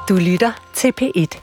Du lytter til P1.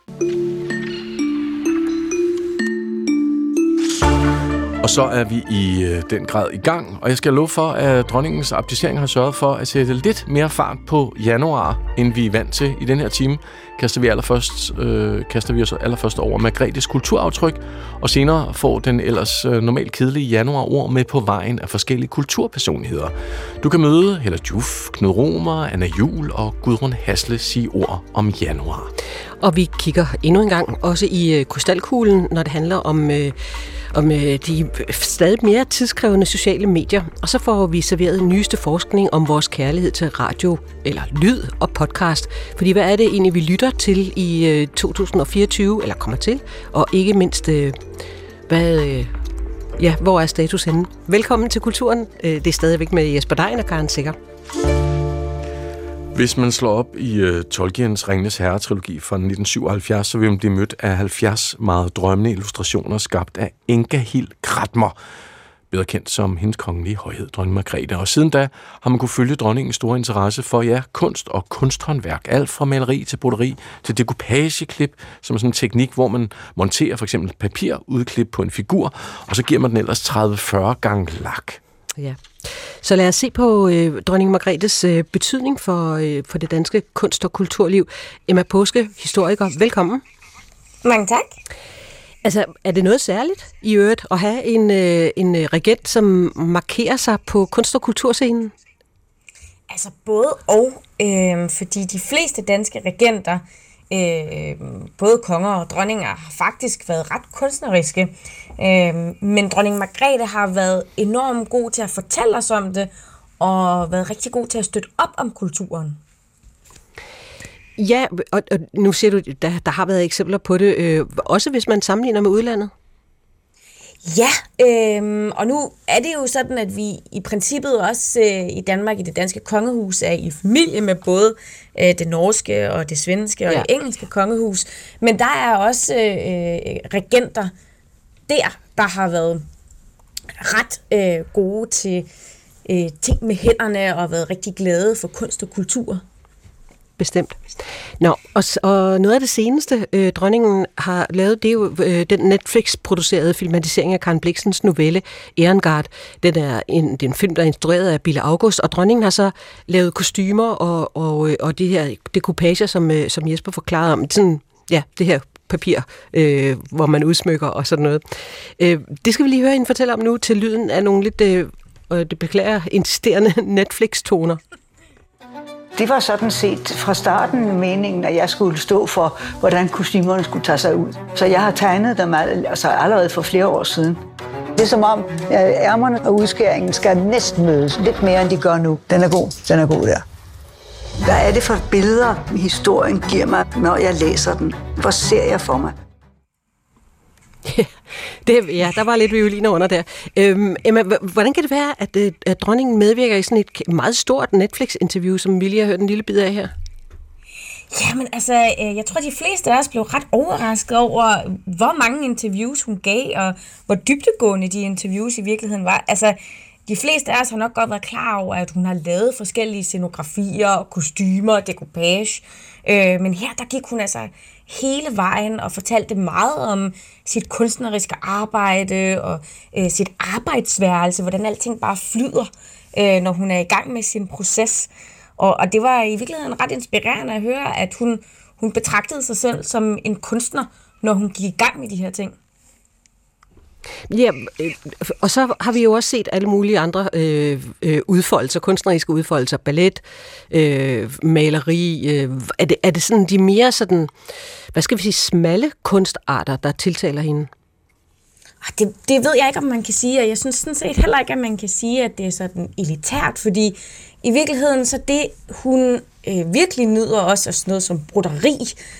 Og så er vi i den grad i gang, og jeg skal love for, at dronningens abdicering har sørget for at sætte lidt mere fart på januar, end vi er vant til i den her time. Kaster vi os allerførst over Margrethes kulturaftryk, og senere får den ellers normalt kedelige januar-ord med på vejen af forskellige kulturpersonligheder. Du kan møde Hella Juf, Knud Romer, Anna Juhl og Gudrun Hasle sige ord om januar. Og vi kigger endnu en gang også i krystalkuglen, når det handler om de stadig mere tidskrævende sociale medier. Og så får vi serveret nyeste forskning om vores kærlighed til radio, eller lyd og podcast. Fordi hvad er det egentlig, vi lytter til i 2024, eller kommer til? Og ikke mindst, hvor er status henne? Velkommen til Kulturen. Det er stadigvæk med Jesper Dein og Karen Sikker. Hvis man slår op i Tolkiens Ringenes Herre-trilogi fra 1977, så vil man blive mødt af 70 meget drømmende illustrationer skabt af Inga-Hild Kratmer, bedre kendt som hendes kongelige højhed, dronning Margrethe. Og siden da har man kunne følge dronningens store interesse for kunst og kunsthåndværk. Alt fra maleri til broderi til decoupage-klip, som er sådan en teknik, hvor man monterer for eksempel papirudklip på en figur, og så giver man den ellers 30-40 gange lak. Ja. Så lad os se på dronning Margrethes betydning for det danske kunst- og kulturliv. Emma Påske, historiker, velkommen. Mange tak. Altså, er det noget særligt i øvrigt at have en regent, som markerer sig på kunst- og kulturscenen? Altså både og, fordi de fleste danske regenter, både konger og dronninger, har faktisk været ret kunstneriske. Men dronning Margrethe har været enormt god til at fortælle os om det, og været rigtig god til at støtte op om kulturen. Ja, og nu siger du, der har været eksempler på det, også hvis man sammenligner med udlandet. Ja, og nu er det jo sådan, at vi i princippet også i Danmark, i det danske kongehus, er i familie med både det norske og det svenske og det engelske kongehus. Men der er også regenter der har været ret gode til ting med hænderne og været rigtig glade for kunst og kultur. Bestemt. Nå, og noget af det seneste, dronningen har lavet, det er jo den Netflix-producerede filmatisering af Karen Blixens novelle Erengard. Det er en film, der er instrueret af Bille August, og dronningen har så lavet kostymer og de her decoupager, som Jesper forklarede om. Sådan, ja, det her papir, hvor man udsmykker og sådan noget. Det skal vi lige høre hende fortælle om nu, til lyden af nogle lidt, det beklager, insisterende Netflix-toner. Det var sådan set fra starten meningen, at jeg skulle stå for, hvordan kostymerne skulle tage sig ud. Så jeg har tegnet dem allerede for flere år siden. Det er som om, ærmerne og udskæringen skal næsten mødes lidt mere, end de gør nu. Den er god der. Hvad er det for billeder, historien giver mig, når jeg læser den? Hvor ser jeg for mig? Ja, der var lidt violiner under der. Emma, hvordan kan det være, at dronningen medvirker i sådan et meget stort Netflix-interview, som vi lige har hørt en lille bid af her? Jamen altså, jeg tror, de fleste af os blev ret overrasket over, hvor mange interviews hun gav, og hvor dybdegående de interviews i virkeligheden var. Altså, de fleste af os har nok godt været klar over, at hun har lavet forskellige scenografier, kostymer, decoupage. Men her, der gik hun altså hele vejen og fortalte meget om sit kunstneriske arbejde og sit arbejdsværelse, hvordan alting bare flyder, når hun er i gang med sin proces. Og det var i virkeligheden ret inspirerende at høre, at hun betragtede sig selv som en kunstner, når hun gik i gang med de her ting. Ja, og så har vi jo også set alle mulige andre udfoldelser, kunstneriske udfoldelser, ballet, maleri. Er det sådan de mere sådan, hvad skal vi sige, smalle kunstarter, der tiltaler hende? Det ved jeg ikke, om man kan sige, og jeg synes sådan set heller ikke, at man kan sige, at det er sådan elitært, fordi i virkeligheden så det, hun virkelig nyder også, sådan noget som broderi,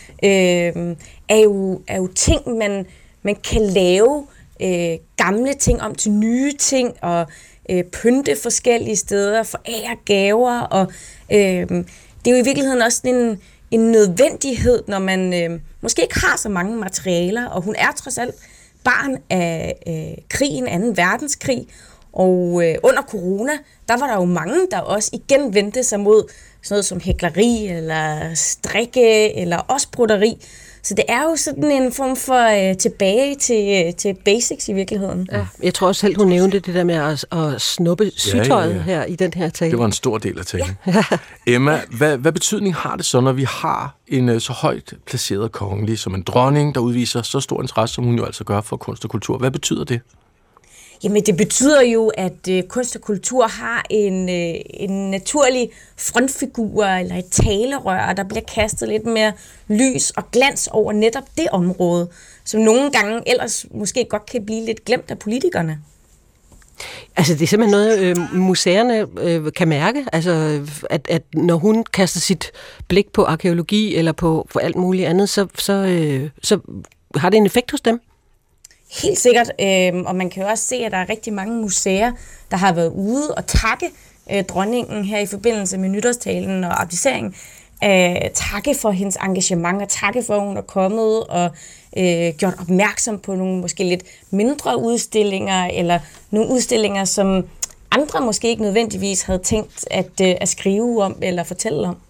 er jo ting, man kan lave gamle ting om til nye ting, og pynte forskellige steder, forære gaver, og det er jo i virkeligheden også en nødvendighed, når man måske ikke har så mange materialer, og hun er trods alt barn af krigen, 2. verdenskrig, og under corona, der var der jo mange, der også igen vendte sig mod sådan noget som hækleri, eller strikke, eller også broderi. Så det er jo sådan en form for tilbage til basics i virkeligheden. Ja, jeg tror også selv, hun nævnte det der med at snuppe sygtøjet her i den her tale. Det var en stor del af talen. Ja. Emma, hvad betydning har det så, når vi har en så højt placeret kongelig som en dronning, der udviser så stor interesse, som hun jo altså gør for kunst og kultur? Hvad betyder det? Jamen, det betyder jo, at kunst og kultur har en naturlig frontfigur eller et talerør, der bliver kastet lidt mere lys og glans over netop det område, som nogle gange ellers måske godt kan blive lidt glemt af politikerne. Altså, det er simpelthen noget, museerne kan mærke, altså, at når hun kaster sit blik på arkæologi eller på alt muligt andet, så har det en effekt hos dem. Helt sikkert, og man kan jo også se, at der er rigtig mange museer, der har været ude og takke dronningen her i forbindelse med nytårstalen og abdiceringen. Takke for hendes engagement og takke for, at hun er kommet og gjort opmærksom på nogle måske lidt mindre udstillinger, eller nogle udstillinger, som andre måske ikke nødvendigvis havde tænkt at skrive om eller fortælle om.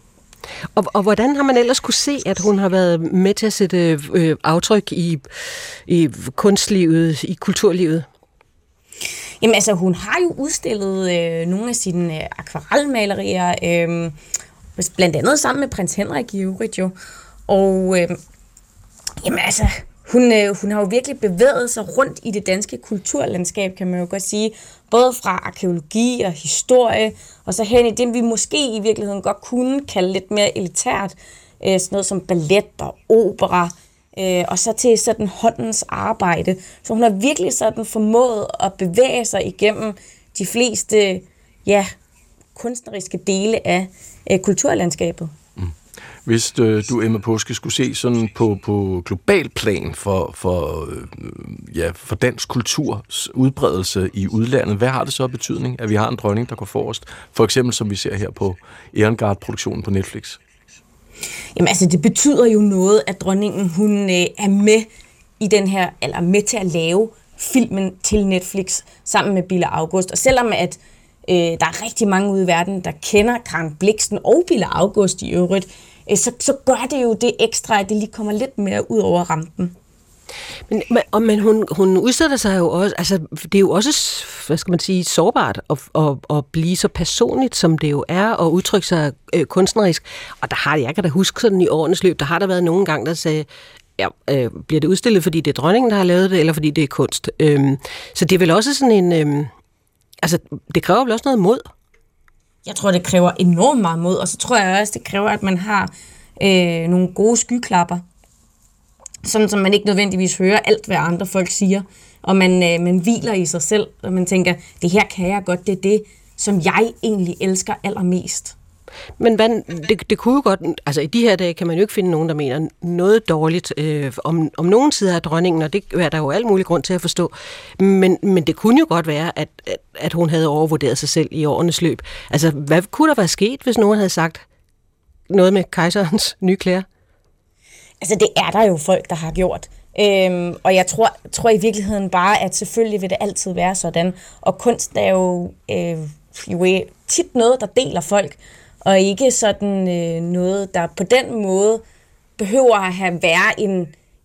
Og hvordan har man ellers kunne se, at hun har været med til at sætte aftryk i kunstlivet, i kulturlivet? Jamen altså, hun har jo udstillet nogle af sine akvarelmalerier, blandt andet sammen med prins Henrik i øvrigt jo. Og jamen altså, hun har jo virkelig bevæget sig rundt i det danske kulturlandskab, kan man jo godt sige. Både fra arkæologi og historie, og så hen i det, vi måske i virkeligheden godt kunne kalde lidt mere elitært, sådan noget som ballet og opera, og så til sådan håndens arbejde. Så hun har virkelig sådan formået at bevæge sig igennem de fleste, kunstneriske dele af kulturlandskabet. Hvis du, Emma Paaske, skulle se sådan på global plan for dansk kulturs udbredelse i udlandet, hvad har det så betydning, at vi har en dronning, der går forrest? For eksempel, som vi ser her på Ehrengard-produktionen på Netflix. Jamen altså, det betyder jo noget, at dronningen, hun er med i den her, eller med til at lave filmen til Netflix sammen med Bille August. Og selvom at der er rigtig mange ude i verden, der kender Karen Blixen og Bille August i øvrigt, så gør det jo det ekstra, at det lige kommer lidt mere ud over rampen. Men hun udsætter sig jo også, altså det er jo også, hvad skal man sige, sårbart at blive så personligt, som det jo er, og udtrykke sig kunstnerisk. Og der har jeg kan da huske sådan i årenes løb, der har der været nogle gange, der sagde, bliver det udstillet, fordi det er dronningen, der har lavet det, eller fordi det er kunst. Så det er vel også sådan en, altså det kræver vel også noget mod. Jeg tror, det kræver enormt meget mod, og så tror jeg også, det kræver, at man har nogle gode skyklapper, sådan som man ikke nødvendigvis hører alt, hvad andre folk siger, og man hviler i sig selv, og man tænker, det her kan jeg godt, det er det, som jeg egentlig elsker allermest. Men det kunne jo godt, altså i de her dage kan man jo ikke finde nogen, der mener noget dårligt om nogen side af dronningen, og det er der jo alt mulig grund til at forstå. Men det kunne jo godt være, at hun havde overvurderet sig selv i årenes løb. Altså, hvad kunne der være sket, hvis nogen havde sagt noget med kejserens nye klæder? Altså, det er der jo folk, der har gjort. Og jeg tror i virkeligheden bare, at selvfølgelig vil det altid være sådan. Og kunst er jo tit noget, der deler folk, og ikke sådan noget, der på den måde behøver at være en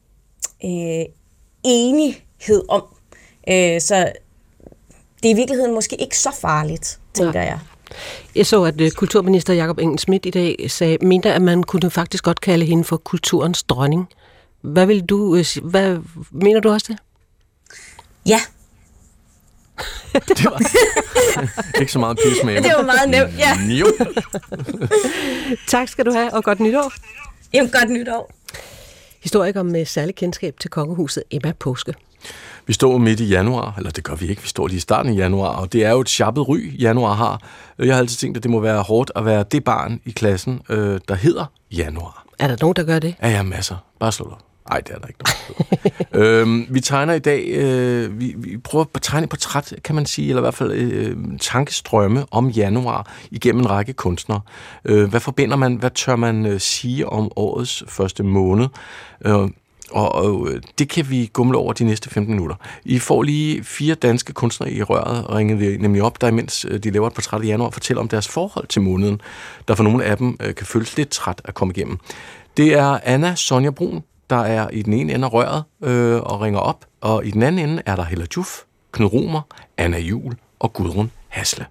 enighed om. Så det er i virkeligheden måske ikke så farligt, tænker jeg. Jeg så, at kulturminister Jakob Engel-Schmidt i dag mente, at man kunne faktisk godt kalde hende for kulturens dronning. Hvad mener du også det? Ja. Det var ikke så meget pis med. Det var meget nemt, ja. Jo. Tak skal du have, og godt nytår. Jamen, godt nytår. Historiker med særlig kendskab til kongehuset, Emma Paaske. Vi står midt i januar, eller det gør vi ikke, vi står lige i starten af januar, og det er jo et sjappet ry, januar har. Jeg har altid tænkt, at det må være hårdt at være det barn i klassen, der hedder januar. Er der nogen, der gør det? Ja, masser. Bare slå dig. Nej, det er der ikke noget. Vi tegner i dag, vi prøver at tegne et portræt, kan man sige, eller i hvert fald tankestrømme om januar igennem en række kunstnere. Hvad forbinder man, hvad tør man sige om årets første måned? Og det kan vi gumle over de næste 15 minutter. I får lige 4 danske kunstnere i røret, ringede vi nemlig op, der imens de laver et portræt i januar, fortæller om deres forhold til måneden, der for nogle af dem kan føles lidt træt at komme igennem. Det er Anna Sonja Brun, der er i den ene ende af røret og ringer op, og i den anden ende er der Hella Juf, Knud Romer, Anna Juhl og Gudrun Hasle.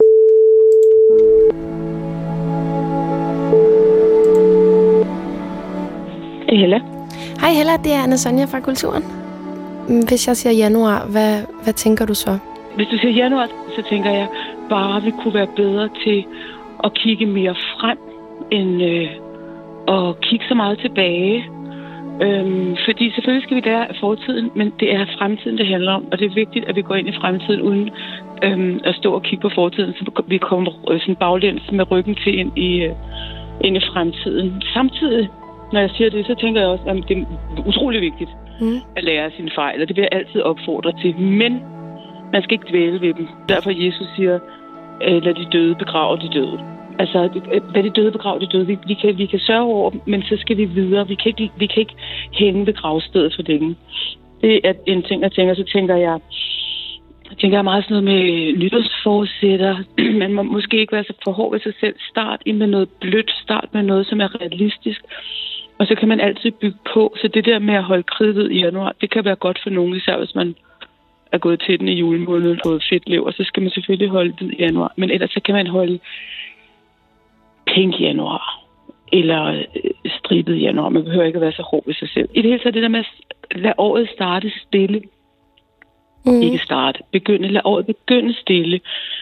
Hej Hella. Hej Hella, det er Anna Sonja fra Kulturen. Hvis jeg siger januar, hvad tænker du så? Hvis du siger januar, så tænker jeg bare, vi kunne være bedre til at kigge mere frem, end at kigge så meget tilbage. Fordi selvfølgelig skal vi lære af fortiden, men det er fremtiden, det handler om. Og det er vigtigt, at vi går ind i fremtiden uden at stå og kigge på fortiden, så vi kommer sådan baglæns med ryggen til ind i fremtiden. Samtidig, når jeg siger det, så tænker jeg også, at det er utrolig vigtigt at lære af sine fejl, og det vil jeg altid opfordre til. Men man skal ikke dvæle ved dem. Derfor Jesus siger, lad de døde begrave de døde. Altså, lad de døde begrave de døde. Vi kan sørge over dem, men så skal vi videre. Vi kan ikke hænge ved gravstedet for længe. Det er en ting, jeg tænker. Så tænker jeg meget sådan noget med nytårsforsætter. Man må måske ikke være så for hård ved sig selv. Start med noget blødt. Start med noget, som er realistisk. Og så kan man altid bygge på. Så det der med at holde kridtet i januar, det kan være godt for nogen, især hvis man er gået til den i julemåneden og fået fedt lever, så skal man selvfølgelig holde det i januar. Men ellers så kan man holde pink januar, eller stribet januar. Man behøver ikke at være så hård ved sig selv. I det hele taget det der med at lade året starte stille. Ikke starte. Lad året begynde stille.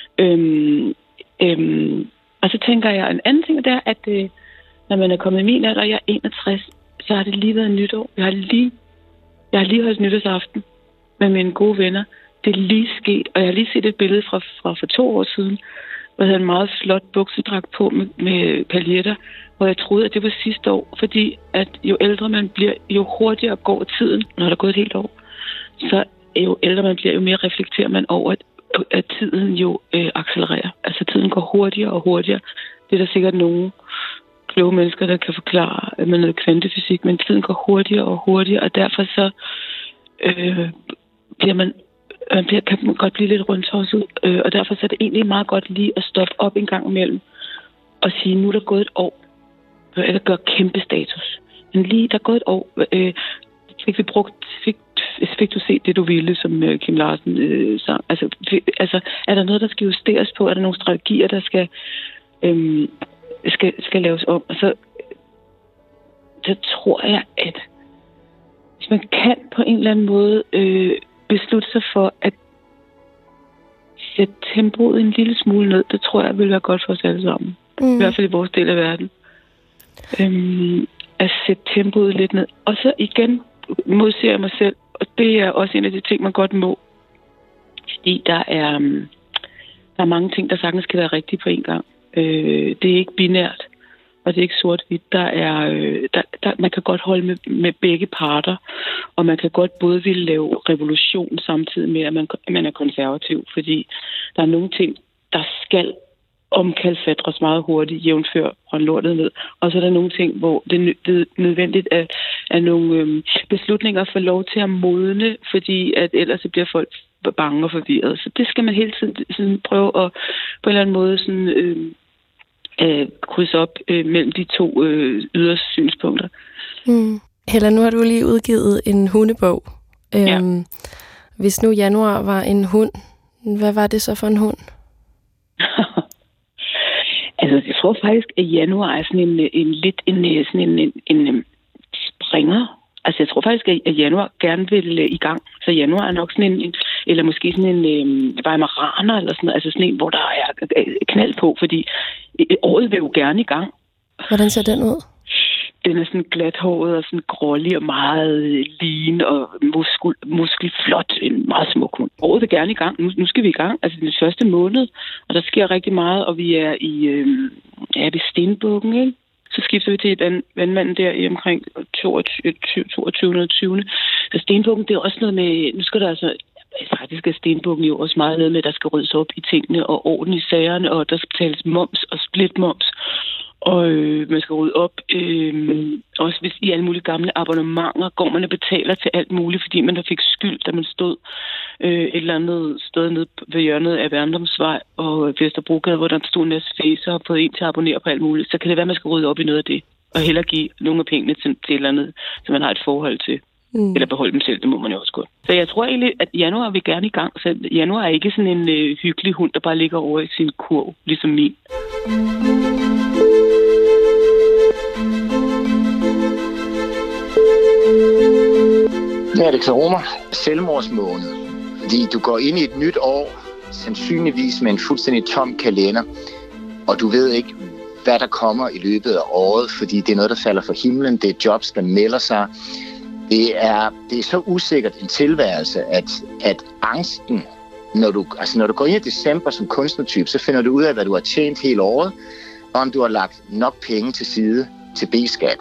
Og så tænker jeg, en anden ting der, at når man er kommet i min alder, og jeg er 61, så har det lige været nytår. Jeg har lige holdt nytårsaften med mine gode venner. Det er lige sket, og jeg har lige set et billede fra for 2 år siden, hvor jeg havde en meget flot buksedragt på med paljetter, hvor jeg troede, at det var sidste år, fordi at jo ældre man bliver, jo hurtigere går tiden, når der er gået et helt år. Så jo ældre man bliver, jo mere reflekterer man over, at tiden jo accelererer. Altså tiden går hurtigere og hurtigere. Det er der sikkert nogen kloge mennesker, der kan forklare med noget kvantefysik, men tiden går hurtigere og hurtigere, og derfor så kan man godt blive lidt rundtosset, og derfor så er det egentlig meget godt lige at stoppe op en gang imellem og sige, nu er der gået et år. Eller gøre kæmpe status. Men lige, der er gået et år. Fik du set det, du ville, som Kim Larsen sang? Altså, er der noget, der skal justeres på? Er der nogle strategier, der skal laves om? Og så tror jeg, at hvis man kan på en eller anden måde beslutte sig for at sætte tempoet en lille smule ned, det tror jeg vil være godt for os alle sammen. I hvert fald i vores del af verden. At sætte tempoet lidt ned. Og så igen modsiger jeg mig selv, og det er også en af de ting, man godt må. Fordi der er mange ting, der sagtens skal være rigtige på en gang. Det er ikke binært, og det er ikke sort-hvidt. Man kan godt holde med begge parter, og man kan godt både ville lave revolution samtidig med, at man er konservativ, fordi der er nogle ting, der skal omkalfatres meget hurtigt, jævnfør håndlortet ned. Og så er der nogle ting, hvor det er nødvendigt, at nogle beslutninger får lov til at modne, fordi at ellers så bliver folk bange og forvirret. Så det skal man hele tiden sådan prøve at på en eller anden måde sådan, krydse op mellem de to yderste synspunkter. Hella, nu har du lige udgivet en hundebog. Ja. Hvis nu januar var en hund, hvad var det så for en hund? Altså, jeg tror faktisk, at januar er sådan en springer. Altså, jeg tror faktisk, at januar gerne vil i gang. Så januar er nok sådan eller måske sådan en weimaraner eller sådan noget. Altså sådan en, hvor der er knald på, fordi året vil jo gerne i gang. Hvordan ser den ud? Den er sådan glathåret og sådan grålig og meget lean og muskelflot. En meget smuk hund. Året vil gerne i gang. Nu skal vi i gang. Altså den første måned, og der sker rigtig meget, og vi er ved Stenbukken, ikke? Så skifter vi til vandmanden der i omkring 2220. Så Stenbukken, det er også noget med, nu skal der altså, faktisk er Stenbukken jo også meget noget med, at der skal ryddes op i tingene og orden i sagerne, og der skal betales moms og splitmoms. Og man skal rydde op, også hvis i alle mulige gamle abonnementer går man og betaler til alt muligt, fordi man der fik skyld, da man stod et eller andet sted nede ved hjørnet af Værndomsvej og Vesterbrogade, hvor der stod en masse facer og fået en til at abonnere på alt muligt. Så kan det være, at man skal rydde op i noget af det, og hellere give nogle af pengene til et eller andet, som man har et forhold til. Eller beholde dem selv, det må man jo også godt. Så jeg tror egentlig, at januar vil gerne i gang. Så januar er ikke sådan en hyggelig hund, der bare ligger over i sin kurv, ligesom min. Det er det Karoma. Selvmordsmåned. Fordi du går ind i et nyt år, sandsynligvis med en fuldstændig tom kalender, og du ved ikke, hvad der kommer i løbet af året, fordi det er noget, der falder fra himlen. Det er jobs, der melder sig. Det er så usikkert en tilværelse, at angsten, når du går ind i december som kunstnertype, så finder du ud af, hvad du har tjent hele året, og om du har lagt nok penge til side til B-skat.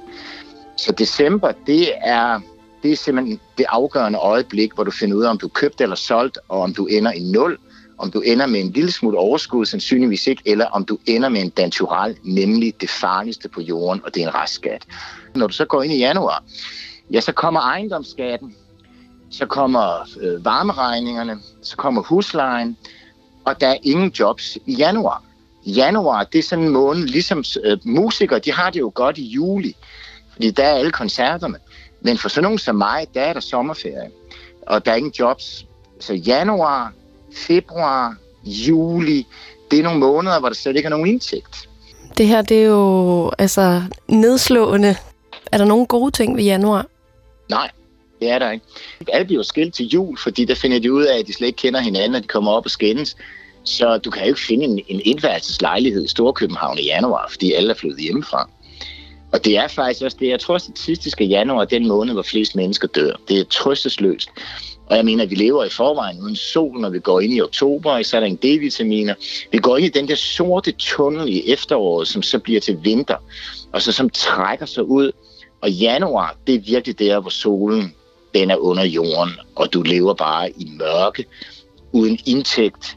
Så december, det er simpelthen det afgørende øjeblik, hvor du finder ud af, om du købte eller solgt, og om du ender i 0, om du ender med en lille smule overskud, sandsynligvis ikke, eller om du ender med en dantural, nemlig det farligste på jorden, og det er en restskat. Når du så går ind i januar, ja, så kommer ejendomsskatten, så kommer varmeregningerne, så kommer huslejen, og der er ingen jobs i januar. Januar, det er sådan en måned, ligesom musikere, de har det jo godt i juli, fordi der er alle koncerterne. Men for sådan nogen som mig, der er der sommerferie, og der er ingen jobs. Så januar, februar, juli, det er nogle måneder, hvor der slet ikke er nogen indtægt. Det her, det er jo altså nedslående. Er der nogle gode ting ved januar? Nej, det er der ikke. Alle bliver jo skilt til jul, fordi der finder de ud af, at de slet ikke kender hinanden, og de kommer op og skændes. Så du kan jo ikke finde en etværelseslejlighed i Storkøbenhavn i januar, fordi alle er flyttet hjemmefra. Og det er faktisk også det, jeg tror statistisk, at januar er den måned, hvor flest mennesker dør. Det er trøstesløst. Og jeg mener, at vi lever i forvejen uden sol, når vi går ind i oktober, og så er der en D-vitaminer. Vi går ind i den der sorte tunnel i efteråret, som så bliver til vinter, og så som trækker sig ud. Og januar, det er virkelig der, hvor solen den er under jorden, og du lever bare i mørke, uden indtægt.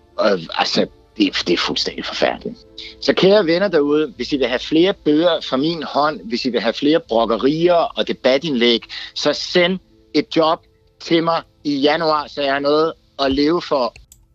Altså, det er fuldstændig forfærdeligt. Så kære venner derude, hvis I vil have flere bøger fra min hånd, hvis I vil have flere brokkerier og debatindlæg, så send et job til mig i januar, så jeg har noget at leve for.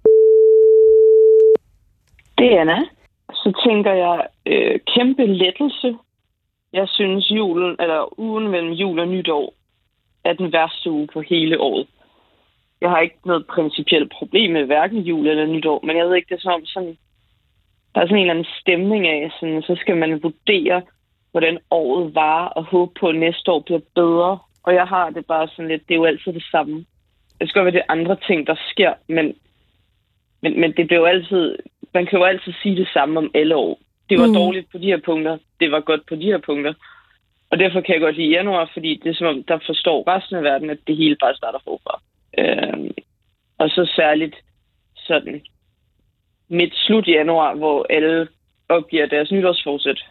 Det er Anna. Så tænker jeg kæmpe lettelse. Jeg synes ugen mellem jul og nytår er den værste uge på hele året. Jeg har ikke noget principielt problem med hverken jul eller nytår, men jeg ved ikke, det er sådan, der er sådan en eller anden stemning af, sådan, så skal man vurdere, hvordan året var, og håbe på, at næste år bliver bedre. Og jeg har det bare sådan lidt, det er jo altid det samme. Det skal være det andre ting, der sker, men det bliver jo altid, man kan jo altid sige det samme om alle år. Det var dårligt på de her punkter, det var godt på de her punkter. Og derfor kan jeg godt lide januar, fordi det er som om, der forstår resten af verden, at det hele bare starter forfra. Og så særligt sådan midt slut januar, hvor alle opgiver deres nytårsforsæt.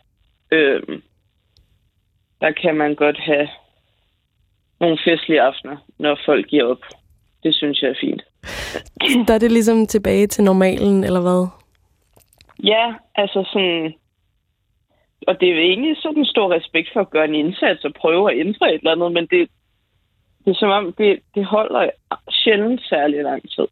Der kan man godt have nogle festlige aftener, når folk giver op. Det synes jeg er fint. Der er det ligesom tilbage til normalen, eller hvad? Ja, altså sådan... Og det er jo egentlig sådan stor respekt for at gøre en indsats og prøve at ændre et eller andet, men det er som om, det holder sjældent særlig lang tid.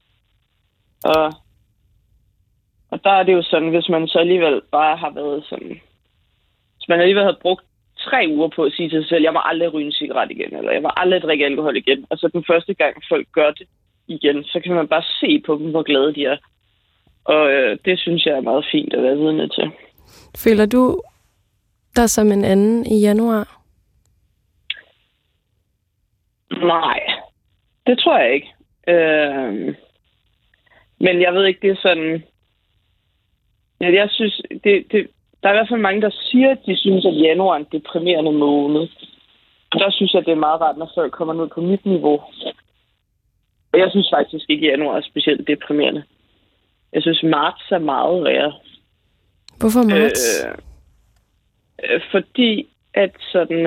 Og der er det jo sådan, hvis man så alligevel bare har været sådan... Hvis man alligevel havde brugt 3 uger på at sige til sig selv, jeg må aldrig ryge en cigaret igen, eller jeg må aldrig drikke alkohol igen. Og så den første gang folk gør det igen, så kan man bare se på dem, hvor glade de er. Og det synes jeg er meget fint at være vidne til. Føler du dig som en anden i januar? Nej, det tror jeg ikke. Men jeg ved ikke, det er sådan... Ja, jeg synes, der er i hvert fald mange, der siger, at de synes, at januar er en deprimerende måned. Og der synes jeg, det er meget rart, når folk kommer ned på mit niveau. Og jeg synes faktisk ikke, at januar er specielt deprimerende. Jeg synes, marts er meget værre. Hvorfor marts? Fordi at sådan...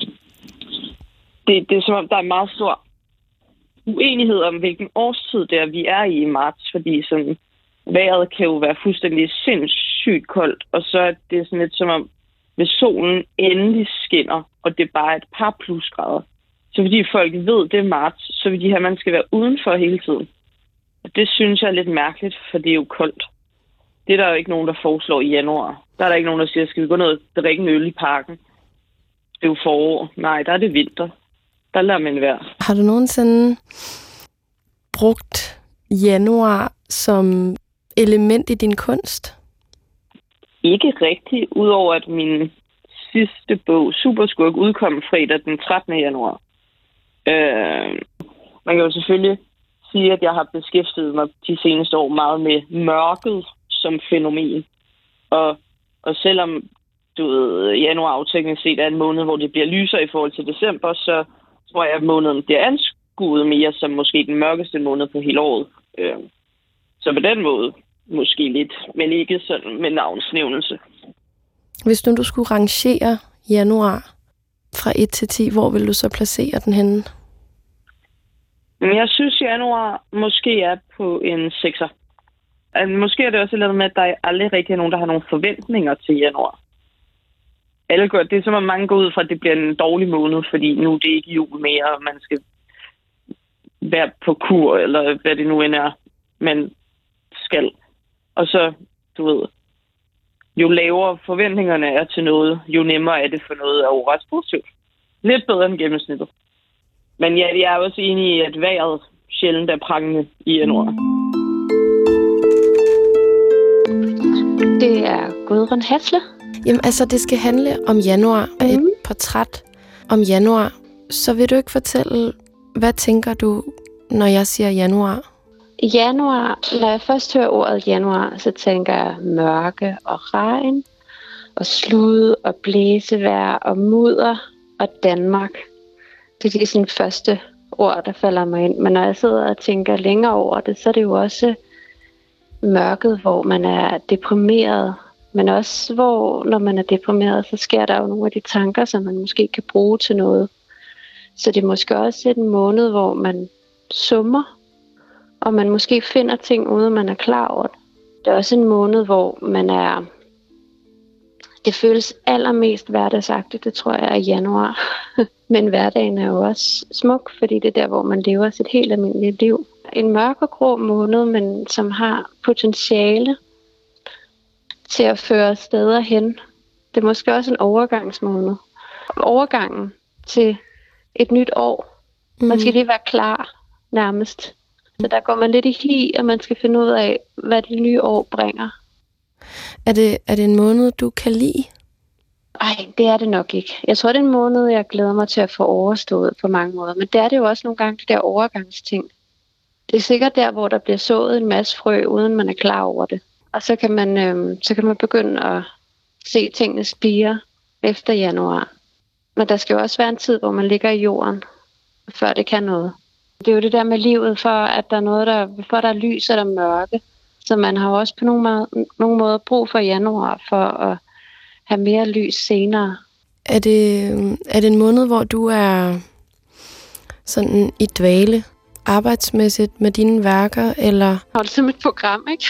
Det er som om, der er meget stor uenighed om, hvilken årstid det er, vi er i marts. Fordi sådan, vejret kan jo være fuldstændig sindssygt koldt, og så er det sådan lidt som om, hvis solen endelig skinner, og det er bare et par plusgrader, så fordi folk ved, det er marts, så vil de have, at man skal være udenfor hele tiden. Og det synes jeg er lidt mærkeligt, for det er jo koldt. Det er der jo ikke nogen, der foreslår i januar. Der er der ikke nogen, der siger, skal vi gå ned og drikke en øl i parken? Det er jo forår. Nej, der er det vinter. Der lader man være. Har du nogensinde brugt januar som element i din kunst? Ikke rigtigt, udover at min sidste bog, Superskurk, udkom fredag den 13. januar. Man kan jo selvfølgelig sige, at jeg har beskæftiget mig de seneste år meget med mørket som fænomen. Og selvom januar teknisk set er en måned, hvor det bliver lysere i forhold til december, så tror jeg, at måneden bliver anskuet mere som måske den mørkeste måned på hele året. Så på den måde måske lidt, men ikke sådan med navnsnævnelse. Hvis nu du skulle rangere januar fra 1 til 10, hvor vil du så placere den henne? Jeg synes, januar måske er på en 6'er. Altså, måske er det også lidt med, at der aldrig rigtig er nogen, der har nogle forventninger til januar. Det er som om mange går ud fra, at det bliver en dårlig måned, fordi nu er det ikke jul mere, og man skal være på kur, eller hvad det nu end er, man skal. Og så, jo lavere forventningerne er til noget, jo nemmere er det for noget at overraske positivt. Lidt bedre end gennemsnittet. Men ja, jeg er også enig i, at vejret sjældent er prangende i januar. Det er Gudrun Hasle. Jamen altså, det skal handle om januar, et portræt om januar. Så vil du ikke fortælle, hvad tænker du, når jeg siger januar? Januar, når jeg først hører ordet januar, så tænker jeg mørke og regn, og slud og blæsevejr og mudder og Danmark. Det er de sådan første ord, der falder mig ind. Men når jeg sidder og tænker længere over det, så er det jo også mørket, hvor man er deprimeret. Men også hvor, når man er deprimeret, så sker der jo nogle af de tanker, som man måske kan bruge til noget. Så det er måske også en måned, hvor man summer, og man måske finder ting uden man er klar over det. Det er også en måned, hvor man er... Det føles allermest hverdagsagtigt, det tror jeg er januar. Men hverdagen er jo også smuk, fordi det er der, hvor man lever sit helt almindelige liv. En mørk og grå måned, men som har potentiale til at føre steder hen. Det er måske også en overgangsmåned. Overgangen til et nyt år. Man skal lige være klar nærmest. Så der går man lidt i hi, og man skal finde ud af, hvad det nye år bringer. Er det en måned, du kan lide? Ej, det er det nok ikke. Jeg tror, det er en måned, jeg glæder mig til at få overstået på mange måder. Men det er det jo også nogle gange, det der overgangsting. Det er sikkert der, hvor der bliver sået en masse frø, uden man er klar over det. Og så kan man begynde at se tingene spire efter januar. Men der skal jo også være en tid, hvor man ligger i jorden, før det kan noget. Det er jo det der med livet, for at der er noget, for der er lys og der er mørke. Så man har også på nogle måder brug for januar, for at have mere lys senere. Er det en måned, hvor du er sådan i dvale arbejdsmæssigt med dine værker, eller? Har det som et program, ikke?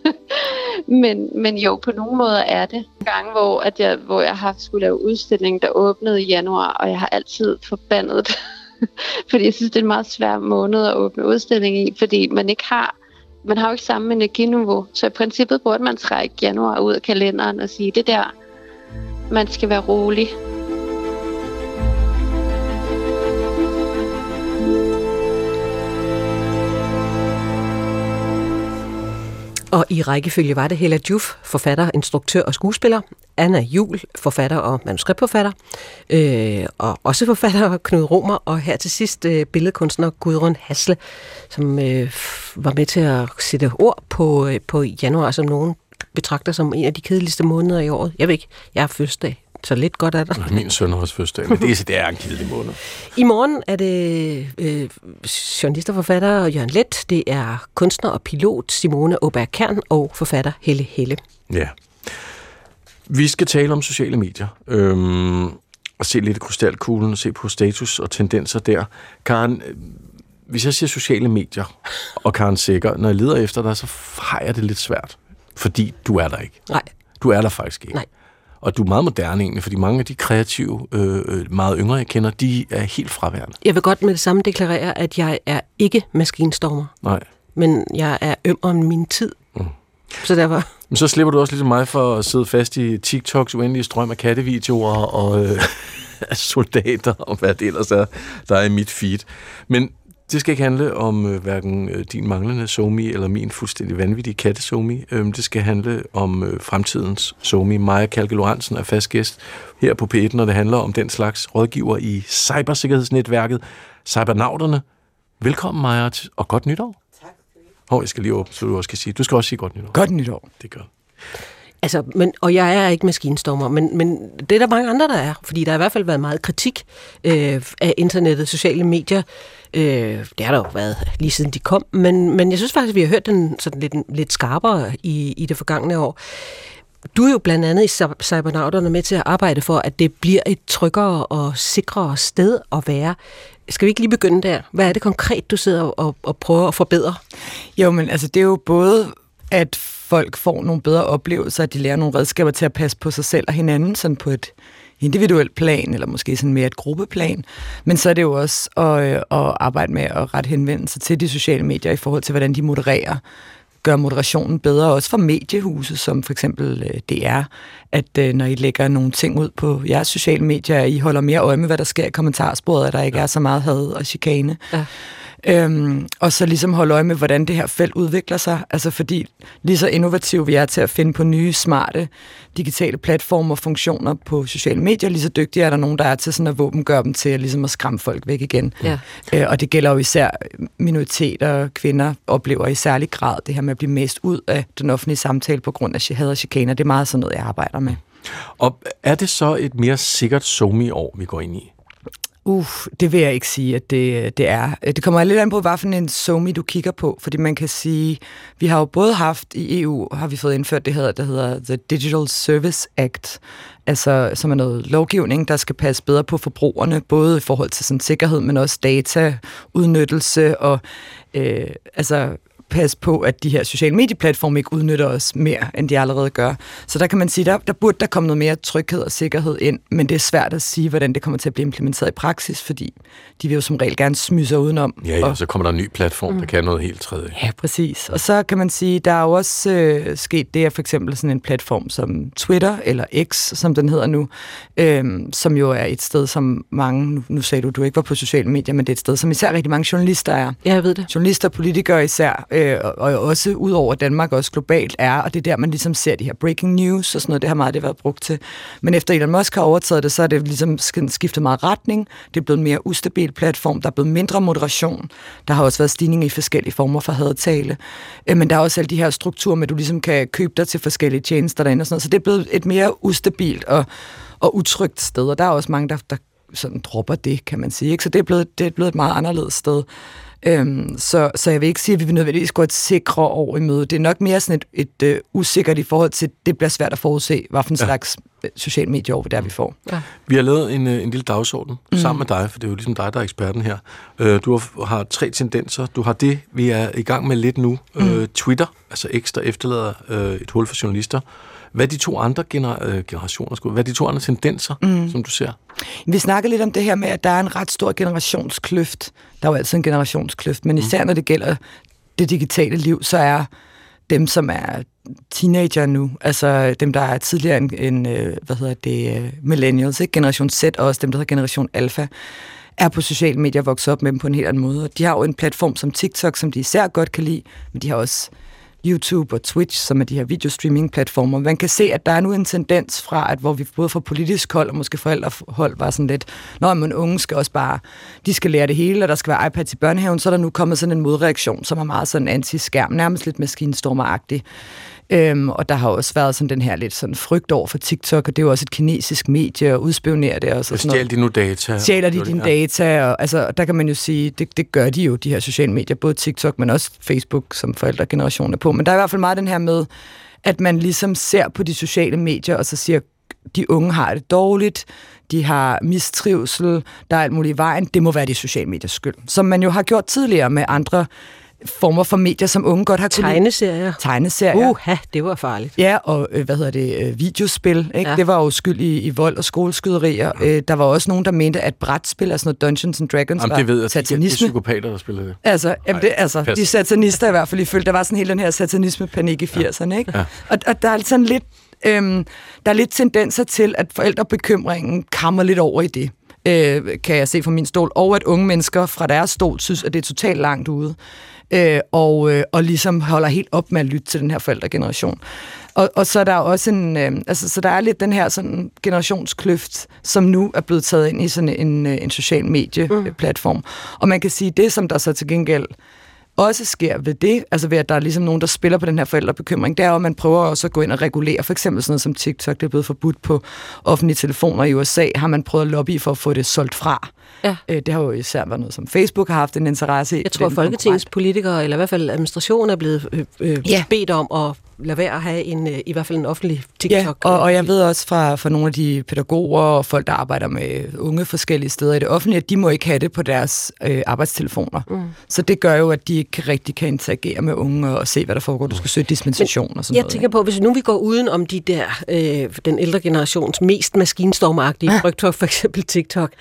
men jo, på nogle måder er det. Gange, hvor jeg har skulle lave udstilling, der åbnede i januar, og jeg har altid forbandet det. Fordi jeg synes, det er en meget svær måned at åbne udstilling i, fordi man har jo ikke samme energiniveau. Så i princippet burde man trække januar ud af kalenderen og sige, det der, man skal være rolig. Og i rækkefølge var det Hella Joof, forfatter, instruktør og skuespiller, Anna Juhl, forfatter og manuskriptforfatter, og også forfatter Knud Romer, og her til sidst billedkunstner Gudrun Hasle, som var med til at sætte ord på januar, som nogen betragter som en af de kedeligste måneder i året. Jeg ved ikke, jeg har fødselsdag, så lidt godt er der. Min søn har også fødselsdag, men det er en kedelig måned. I morgen er det journalist og forfatter Jørgen Leth, det er kunstner og pilot Simone Åberg Kern og forfatter Helle Helle. Ja. Vi skal tale om sociale medier, og se lidt i krystalkuglen, se på status og tendenser der. Karen, Hvis jeg siger sociale medier og Karen Secher, når jeg leder efter dig, så har jeg det lidt svært. Fordi du er der ikke. Nej. Du er der faktisk ikke. Nej. Og du er meget moderne egentlig, fordi mange af de kreative, meget yngre, jeg kender, de er helt fraværende. Jeg vil godt med det samme deklarere, at jeg er ikke maskinstormer. Nej. Men jeg er øm om min tid. Så derfor... Men så slipper du også ligesom mig for at sidde fast i TikToks uendelige strøm af kattevideoer og soldater og hvad det ellers er, der er i mit feed. Men det skal ikke handle om hverken din manglende somi eller min fuldstændig vanvittige kattesomi. Det skal handle om fremtidens somi. Maja Kalke Lorentzen er fast gæst her på P1, når det handler om den slags rådgiver i cybersikkerhedsnetværket Cybernauterne. Velkommen, Maja, og godt nytår. Jeg skal lige åbne, så du også kan sige. Du skal også sige godt nytår. Godt nytår. Det gør. Altså, og jeg er ikke maskinstormer, men det er der mange andre, der er. Fordi der har i hvert fald været meget kritik af internettet, sociale medier. Det har der jo været lige siden de kom. Men jeg synes faktisk, at vi har hørt den sådan lidt skarpere i det forgangne år. Du er jo blandt andet i Cybernauterne med til at arbejde for, at det bliver et tryggere og sikrere sted at være. Skal vi ikke lige begynde der? Hvad er det konkret, du sidder og prøver at forbedre? Jo, men altså det er jo både, at folk får nogle bedre oplevelser, at de lærer nogle redskaber til at passe på sig selv og hinanden, sådan på et individuelt plan, eller måske sådan mere et gruppeplan. Men så er det jo også at arbejde med at rette henvendelse til de sociale medier i forhold til, hvordan de modererer, gør moderationen bedre, også for mediehuse, som for eksempel DR, at når I lægger nogle ting ud på jeres sociale medier, I holder mere øje med, hvad der sker i kommentarsporet, at der ikke er så meget had og chikane. Ja. Og så ligesom holde øje med, hvordan det her felt udvikler sig, altså fordi lige så innovative vi er til at finde på nye, smarte, digitale platformer og funktioner på sociale medier, lige så dygtige er der nogen, der er til sådan at våbengøre dem til ligesom at skræmme folk væk igen. Ja. Og det gælder jo især minoriteter, kvinder oplever i særlig grad det her med at blive mest ud af den offentlige samtale på grund af had og chikaner. Det er meget sådan noget, jeg arbejder med. Og er det så et mere sikkert somi-år, vi går ind i? Det vil jeg ikke sige, at det er. Det kommer lidt an på, hvad for en somi du kigger på, fordi man kan sige, vi har jo både haft i EU, har vi fået indført det her, der hedder The Digital Service Act, altså som er noget lovgivning, der skal passe bedre på forbrugerne, både i forhold til sådan sikkerhed, men også dataudnyttelse og passe på, at de her sociale medieplatforme ikke udnytter os mere, end de allerede gør. Så der kan man sige, der burde der komme noget mere tryghed og sikkerhed ind, men det er svært at sige, hvordan det kommer til at blive implementeret i praksis, fordi de vil jo som regel gerne smyge sig udenom. Ja, og så kommer der en ny platform, der kan noget helt tredje. Ja, præcis. Og så kan man sige, der er jo også sket det, for eksempel sådan en platform som Twitter, eller X, som den hedder nu, som jo er et sted, som mange, nu sagde du ikke var på sociale medier, men det er et sted, som især rigtig mange journalister er. Ja, jeg ved det. Journalister og politikere især, og også ud over Danmark, også globalt er, og det er der, man ligesom ser de her breaking news og sådan noget, det har meget det været brugt til. Men efter Elon Musk har overtaget det, så er det ligesom skiftet meget retning, det er blevet en mere ustabil platform, der er blevet mindre moderation, der har også været stigning i forskellige former for hadtale, men der er også alle de her strukturer med, at du ligesom kan købe dig til forskellige tjenester derinde og sådan noget, så det er blevet et mere ustabilt og utrygt sted, og der er også mange, der sådan dropper det, kan man sige, ikke? Så det er blevet et meget anderledes sted. Så jeg vil ikke sige, at vi vil nødvendigvis gå et sikre år i møde. Det er nok mere sådan et usikkert i forhold til, det bliver svært at forudse, hvad for en slags social medieår det er, vi får. Ja. Vi har lavet en lille dagsorden sammen med dig, for det er jo ligesom dig, der er eksperten her. Du har 3 tendenser. Du har det, vi er i gang med lidt nu. Twitter, altså X, der efterlader et hul for journalister. Hvad er de 2 andre generationer? Hvad er de 2 andre tendenser, som du ser? Vi snakkede lidt om det her med, at der er en ret stor generationskløft. Der er jo altid en generationskløft, men især når det gælder det digitale liv, så er dem, som er teenager nu, altså dem, der er tidligere end millennials, ikke? Generation Z, og også dem, der hedder generation Alpha, er på sociale medier vokset op med dem på en helt anden måde. De har jo en platform som TikTok, som de især godt kan lide, men de har også YouTube og Twitch, som er de her videostreaming-platformer. Man kan se, at der er nu en tendens fra, at hvor vi både fra politisk hold og måske forældrehold var sådan lidt, når man unge skal også bare, de skal lære det hele, og der skal være iPad til børnehaven, så er der nu kommet sådan en modreaktion, som er meget sådan anti-skærm, nærmest lidt maskinstormer-agtig. Og der har også været sådan den her lidt sådan frygt over for TikTok, og det er jo også et kinesisk medie, og udspionerer det også. Stjæler de nu data? Stjæler de dine data, og altså, der kan man jo sige, det gør de jo, de her sociale medier, både TikTok, men også Facebook, som forældregenerationen er på. Men der er i hvert fald meget den her med, at man ligesom ser på de sociale medier, og så siger, de unge har det dårligt, de har mistrivsel, der er alt muligt i vejen. Det må være de sociale mediers skyld. Som man jo har gjort tidligere med andre former for medier, som unge godt har kunnet... Tegneserier. Det var farligt. Ja, og videospil, ikke? Ja. Det var jo skyld i vold og skoleskyderier. Der var også nogen, der mente, at brætspil, altså noget Dungeons and Dragons, det ved jeg, satanisme. Det er psykopater, der spiller det. De satanister i hvert fald, ifølge, der var sådan hele den her satanisme-panik i 80'erne, ikke? Ja. Og der er sådan lidt... der er lidt tendenser til, at forældrebekymringen kammer lidt over i det, kan jeg se fra min stol, og at unge mennesker fra deres stol synes, at det er totalt langt ude, og ligesom holder helt op med at lytte til den her forældregeneration. Og så er der også så der er lidt den her sådan generationskløft, som nu er blevet taget ind i sådan en social medieplatform. Og man kan sige, det som der så til gengæld også sker ved det, altså ved at der er ligesom nogen, der spiller på den her forældrebekymring, det er jo, at man prøver også at gå ind og regulere, for eksempel sådan noget som TikTok, det er blevet forbudt på offentlige telefoner i USA, har man prøvet at lobby for at få det solgt fra. Ja. Det har jo især været noget, som Facebook har haft en interesse i. Jeg tror, Folketingets politikere, eller i hvert fald administrationen, er blevet bedt om at lade være at have i hvert fald en offentlig TikTok. Ja, og jeg ved også fra nogle af de pædagoger og folk, der arbejder med unge forskellige steder i det offentlige, at de må ikke have det på deres arbejdstelefoner. Så det gør jo, at de ikke rigtig kan interagere med unge og se, hvad der foregår. Du skal søge dispensation og sådan noget. Jeg tænker på, hvis nu vi går uden om de der, den ældre generations mest maskinstormagtige frygtog, for eksempel TikTok,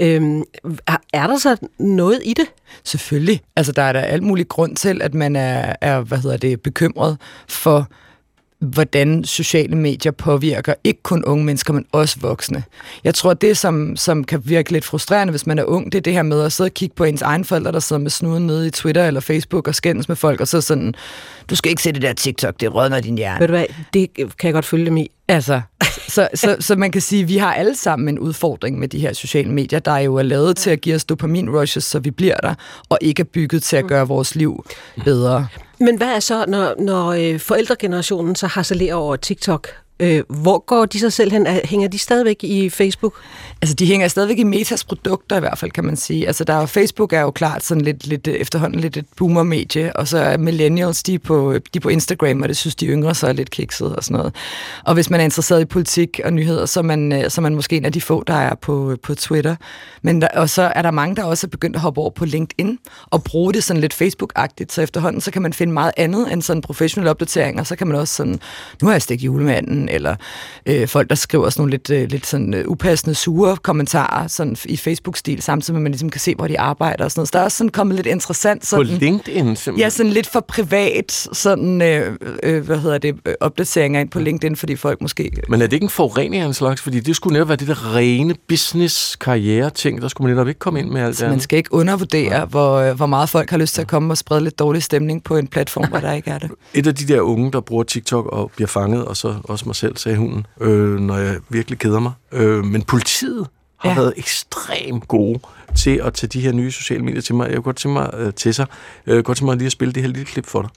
er der så noget i det? Selvfølgelig. Altså, der er der alt mulig grund til, at man er bekymret for, hvordan sociale medier påvirker ikke kun unge mennesker, men også voksne. Jeg tror, at det, som kan virke lidt frustrerende, hvis man er ung, det er det her med at sidde og kigge på ens egen forældre, der sidder med snuden nede i Twitter eller Facebook og skændes med folk, og så sådan, du skal ikke se det der TikTok, det rådner din hjerne. Ved du hvad, det kan jeg godt følge dem i. Altså, så man kan sige, at vi har alle sammen en udfordring med de her sociale medier, der jo er lavet til at give os dopamin-rushes, så vi bliver der, og ikke er bygget til at gøre vores liv bedre. Men hvad er så, når forældregenerationen så harcelerer over TikTok? Hvor går de så selv hen? Hænger de stadigvæk i Facebook? Altså, de hænger stadigvæk i Metas produkter i hvert fald, kan man sige. Altså, Facebook er jo klart sådan lidt efterhånden lidt et boomer-medie, og så er millennials, de er på Instagram, og det synes de yngre så er lidt kikset og sådan noget. Og hvis man er interesseret i politik og nyheder, så er man måske en af de få, der er på Twitter. Og så er der mange, der også er begyndt at hoppe over på LinkedIn og bruge det sådan lidt Facebook-agtigt, så efterhånden så kan man finde meget andet end sådan professionelle opdateringer, så kan man også sådan, nu har jeg stikket julemanden, eller folk, der skriver sådan nogle lidt sådan upassende, sure kommentarer sådan i Facebook-stil, samtidig med, at man ligesom kan se, hvor de arbejder og sådan noget. Så der er også sådan kommet lidt interessant. Sådan, på LinkedIn simpelthen? Ja, sådan lidt for privat, sådan, opdateringer ind på LinkedIn, fordi folk måske... Men er det ikke en forurening af en slags? Fordi det skulle netop være det der rene business-karriere-ting, der skulle man netop ikke komme ind med alt det andet. Man skal ikke undervurdere, hvor meget folk har lyst til at komme og sprede lidt dårlig stemning på en platform, hvor der ikke er det. Et af de der unge, der bruger TikTok og bliver fanget, og så også mig selv, sagde hunden, når jeg virkelig keder mig. Men politiet har været ekstremt gode til at tage de her nye sociale medier til mig. Jeg kunne godt tænke mig godt tænke mig lige at spille det her lille klip for dig.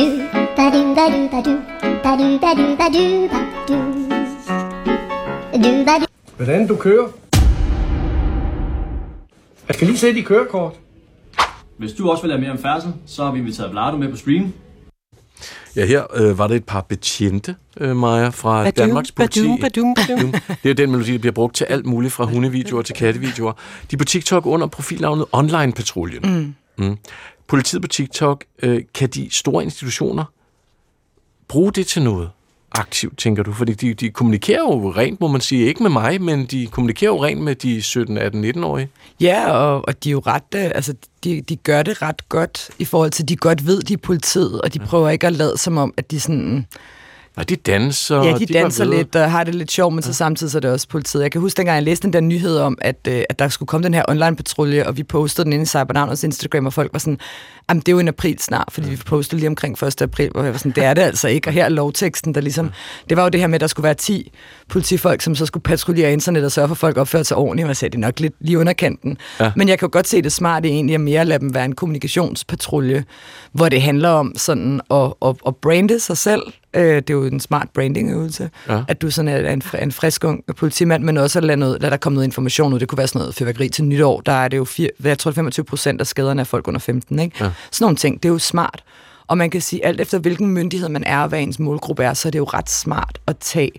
Hvordan du kører? Jeg skal lige se dit kørekort. Hvis du også vil lære mere om færdsel, så har vi inviteret Vlado med på stream. Ja, her var det et par betjente, Maja, fra Danmarks politi. Det er jo den melodi, der bliver brugt til alt muligt, fra hundevideoer til kattevideoer. De er på TikTok under profilnavnet Online-patruljen. Politiet på TikTok, kan de store institutioner bruge det til noget aktivt, tænker du? Fordi de kommunikerer jo rent, må man sige, ikke med mig, men de kommunikerer jo rent med de 17, 18, 19-årige. Ja, og de er jo ret, de gør det ret godt i forhold til, at de godt ved, de er politiet, og de prøver ikke at lade som om, at de sådan... Og de danser. Ja, de danser lidt og har det lidt sjovt, men så samtidig så er det også politiet. Jeg kan huske, dengang jeg læste den der nyhed om, at der skulle komme den her online-patrulje, og vi postede den inde i Cybernavners Instagram, og folk var sådan, jamen det er jo en april snart, fordi vi postede lige omkring 1. april, og jeg var sådan, det er det altså ikke. Og her er lovteksten, der ligesom, det var jo det her med, at der skulle være 10 politifolk, som så skulle patruljere internet og sørge for, at folk opførte sig ordentligt, og jeg sagde, det er nok lidt lige underkanten. Ja. Men jeg kan jo godt se det smarte egentlig, at mere lade dem være en kommunikationspatrulje, hvor det handler om sådan at brande sig selv. Det er jo en smart branding-øvelse, at du sådan er en frisk ung politimand, men også at lade der komme noget information ud. Det kunne være sådan noget fyrværkeri til nytår. Der er det jo 25% af skaderne af folk under 15, ikke? Ja. Sådan nogle ting, det er jo smart. Og man kan sige, alt efter hvilken myndighed man er, og hvad ens målgruppe er, så er det jo ret smart at tage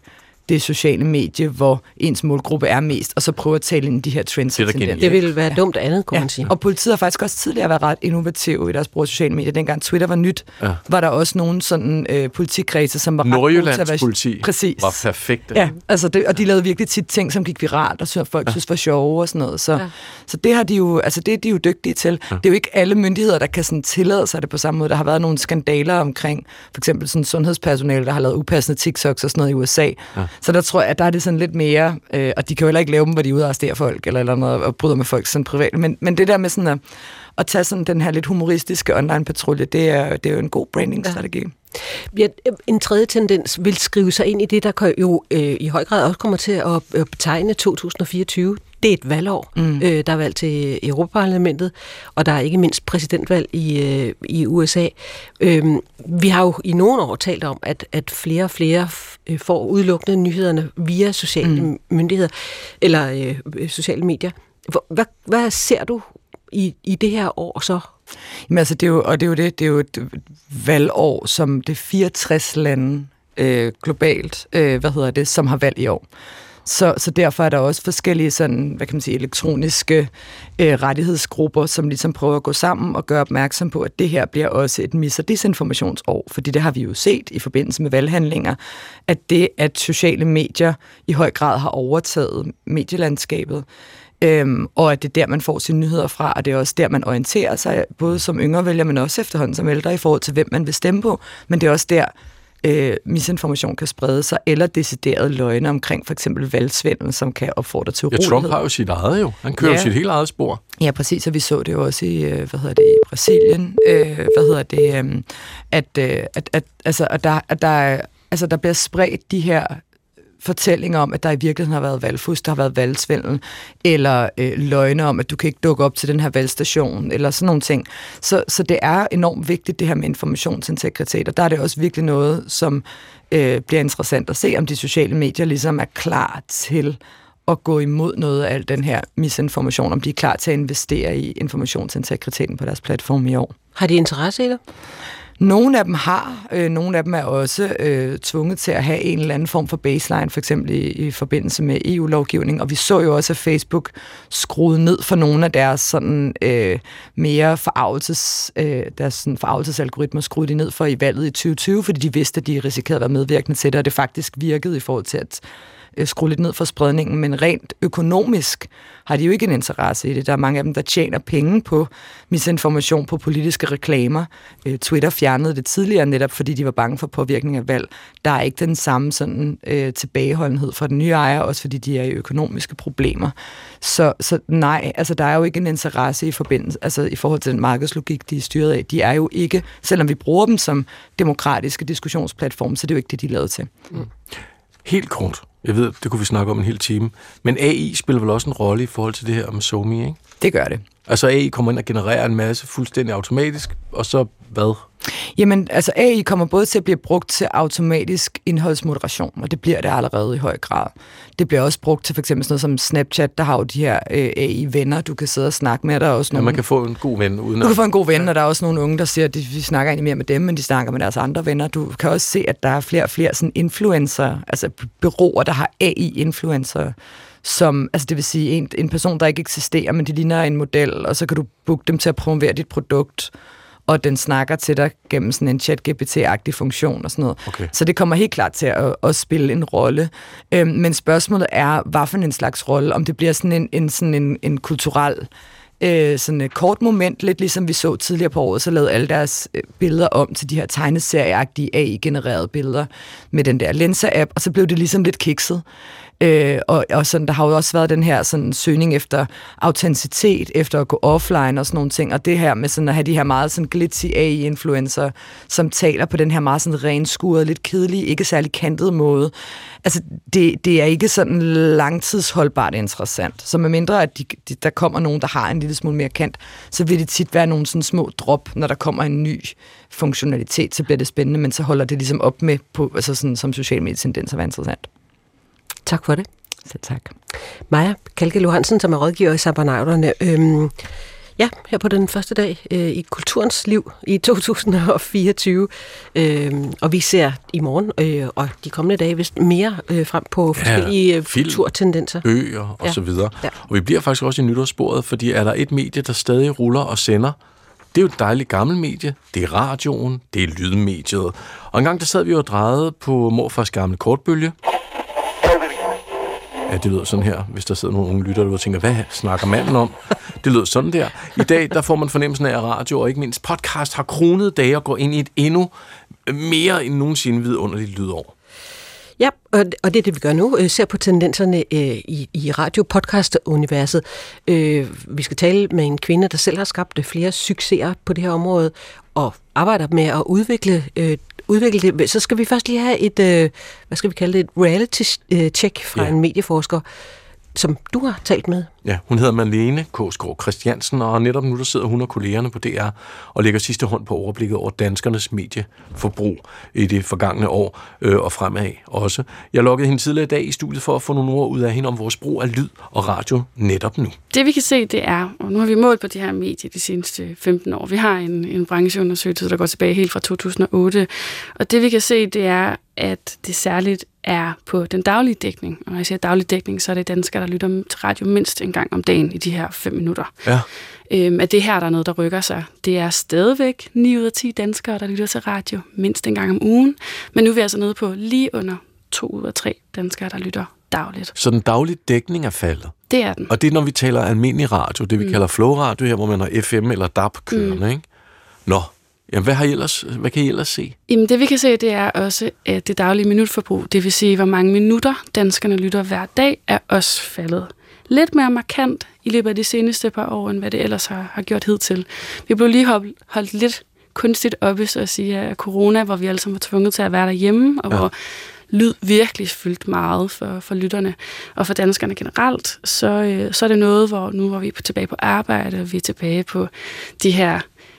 det sociale medie, hvor ens målgruppe er mest, og så prøve at tale ind i de her trends. Det ville være dumt andet, kunne man sige. Og politiet har faktisk også tidligere været ret innovative i deres brug af sociale medier. Dengang Twitter var nyt, var der også nogle sådan politikredse, som var ret gode til at være... politi var perfekte. Ja, altså og de lavede virkelig tit ting, som gik viralt, og folk synes var sjove og sådan noget. Så det har de jo, altså det er de jo dygtige til. Det er jo ikke alle myndigheder, der kan sådan tillade sig det på samme måde. Der har været nogle skandaler omkring, for eksempel sådan sundhedspersonale, der har lavet upassende TikToks og sådan noget i USA. Så der tror jeg, at der er det sådan lidt mere, og de kan jo heller ikke lave dem, hvor de er ude og arrestere folk, eller noget, og bryder med folk sådan privat. Men det der med sådan at tage sådan den her lidt humoristiske online-patrulje, det er jo en god branding-strategi. Ja, en tredje tendens vil skrive sig ind i det, der jo i høj grad også kommer til at betegne 2024. Det er et valgår. Der er valg til Europaparlamentet, og der er ikke mindst præsidentvalg i USA. Vi har jo i nogle år talt om, at flere og flere får udelukkende nyhederne via sociale myndigheder, eller sociale medier. Hvad ser du i det her år så? Jamen altså, det er jo et valgår, som det 64 lande globalt, som har valg i år. Så derfor er der også forskellige sådan, elektroniske rettighedsgrupper, som ligesom prøver at gå sammen og gøre opmærksom på, at det her bliver også et mis- og disinformationsår, fordi det har vi jo set i forbindelse med valghandlinger, at sociale medier i høj grad har overtaget medielandskabet, og at det er der, man får sine nyheder fra, og det er også der, man orienterer sig, både som yngre vælger, men også efterhånden som ældre, i forhold til, hvem man vil stemme på, men det er også der, misinformation kan sprede sig, eller deciderede løgne omkring for eksempel valgsvindel, som kan opfordre til urolighed. Ja, Trump har jo sit eget jo. Han kører jo sit helt eget spor. Ja, præcis, og vi så det jo også i, i Brasilien, der bliver spredt de her fortællinger om, at der i virkeligheden har været valgfusk, der har været valgsvindel, eller løgne om, at du kan ikke dukke op til den her valgstation, eller sådan nogle ting. Så det er enormt vigtigt, det her med informationsintegritet, og der er det også virkelig noget, som bliver interessant at se, om de sociale medier ligesom er klar til at gå imod noget af al den her misinformation, om de er klar til at investere i informationsintegriteten på deres platform i år. Har de interesse i det? Nogle af dem har, nogle af dem er også tvunget til at have en eller anden form for baseline, for eksempel i forbindelse med EU-lovgivning, og vi så jo også, at Facebook skruede ned for nogle af deres sådan mere forargelsesalgoritmer, skruede de ned for i valget i 2020, fordi de vidste, at de risikerede at være medvirkende til det, og det faktisk virkede i forhold til at skrue lidt ned for spredningen, men rent økonomisk har de jo ikke en interesse i det. Der er mange af dem, der tjener penge på misinformation, på politiske reklamer. Twitter fjernede det tidligere netop, fordi de var bange for påvirkning af valg. Der er ikke den samme sådan, tilbageholdenhed fra den nye ejer, også fordi de er i økonomiske problemer. Så nej, altså der er jo ikke en interesse i forbindelse, altså i forhold til den markedslogik, de er styret af. De er jo ikke, selvom vi bruger dem som demokratiske diskussionsplatforme, så det er jo ikke det, de er lavet til. Helt kort. Jeg ved, det kunne vi snakke om en hel time. Men AI spiller vel også en rolle i forhold til det her med SoMe, ikke? Det gør det. Altså AI kommer ind og genererer en masse fuldstændig automatisk, og så hvad? Jamen, altså AI kommer både til at blive brugt til automatisk indholdsmoderation, og det bliver det allerede i høj grad. Det bliver også brugt til for eksempel sådan noget som Snapchat, der har jo de her AI-venner, du kan sidde og snakke med. Der er også nogle... man kan få en god ven uden Du kan få en god ven, og der er også nogle unge, der siger, at vi snakker egentlig mere med dem, men de snakker med deres andre venner. Du kan også se, at der er flere og flere sådan influencer, altså bureauer, der har AI-influencer, som, altså det vil sige en person, der ikke eksisterer, men de ligner en model, og så kan du booke dem til at promovere dit produkt, og den snakker til dig gennem sådan en ChatGPT-agtig funktion og sådan noget. Okay. Så det kommer helt klart til at spille en rolle. Men spørgsmålet er, hvad for en slags rolle, om det bliver sådan en kulturel sådan et kort moment, lidt ligesom vi så tidligere på året, så lavede alle deres billeder om til de her tegneserieagtige AI-genererede billeder med den der Lensa-app, og så blev det ligesom lidt kikset. Og sådan, der har jo også været den her sådan, søgning efter autenticitet, efter at gå offline og sådan nogle ting, og det her med sådan, at have de her meget sådan, glitzy AI-influencer, som taler på den her meget sådan, renskurede, lidt kedelige, ikke særlig kantede måde. Altså, det er ikke sådan langtidsholdbart interessant. Så med mindre, at der kommer nogen, der har en lille smule mere kant, så vil det tit være nogle sådan små drop, når der kommer en ny funktionalitet, så bliver det spændende, men så holder det ligesom op med, på, altså sådan, som social medie-tendens at være interessant. Tak for det. Så tak. Maja Kalke Lohansen, som er rådgiver i Cybernauterne. Ja, her på den første dag i kulturens liv i 2024. Og vi ser i morgen og de kommende dage vist mere frem på forskellige kulturtendenser. Bøger og så videre. Ja. Og vi bliver faktisk også i nytårssporet, fordi er der et medie, der stadig ruller og sender. Det er jo et dejligt gammelt medie. Det er radioen, det er lydmediet. Og engang der sad vi jo og drejede på morfars gamle kortbølge. Ja, det lyder sådan her, hvis der sidder nogle unge lyttere, der tænker, hvad snakker manden om? Det lyder sådan der. I dag, der får man fornemmelsen af, at radio og ikke mindst podcast har kronet dage og går ind i et endnu mere end nogensinde vidunderligt lydår. Ja, og det er det, vi gør nu. Ser på tendenserne i radio-podcast-universet. Vi skal tale med en kvinde, der selv har skabt flere succeser på det her område, og arbejder med at udvikle det. Så skal vi først lige have et, hvad skal vi kalde det, et reality-check fra en medieforsker, som du har talt med. Ja, hun hedder Malene Kåsgaard Christiansen, og netop nu der sidder hun og kollegerne på DR og lægger sidste hånd på overblikket over danskernes medieforbrug i det forgangne år og fremad også. Jeg lukkede hende tidligere i dag i studiet for at få nogle ord ud af hende om vores brug af lyd og radio netop nu. Det vi kan se, det er, og nu har vi målt på de her medier de seneste 15 år. Vi har en brancheundersøgelse, der går tilbage helt fra 2008, og det vi kan se, det er, at det særligt er på den daglige dækning. Og når jeg siger daglig dækning, så er det danskere, der lytter til radio mindst en gang om dagen i de her 5 minutter. Ja. At det her, der er noget, der rykker sig. Det er stadigvæk 9 ud af 10 danskere, der lytter til radio mindst en gang om ugen. Men nu er vi altså nede på lige under 2 ud af 3 danskere, der lytter dagligt. Så den daglige dækning er faldet? Det er den. Og det er, når vi taler almindelig radio, det vi kalder flowradio her, hvor man har FM eller DAB kørende, ikke? Nå. Jamen, hvad kan I ellers se? Jamen, det vi kan se, det er også, at det daglige minutforbrug, det vil sige, hvor mange minutter danskerne lytter hver dag, er også faldet. Lidt mere markant i løbet af de seneste par år, end hvad det ellers har gjort hidtil. Vi blev lige holdt lidt kunstigt oppe, så at sige, af corona, hvor vi alle sammen var tvunget til at være derhjemme, og hvor lyd virkelig fyldt meget for lytterne. Og for danskerne generelt, så er det noget, hvor nu hvor vi er tilbage på arbejde, og vi er tilbage på de her,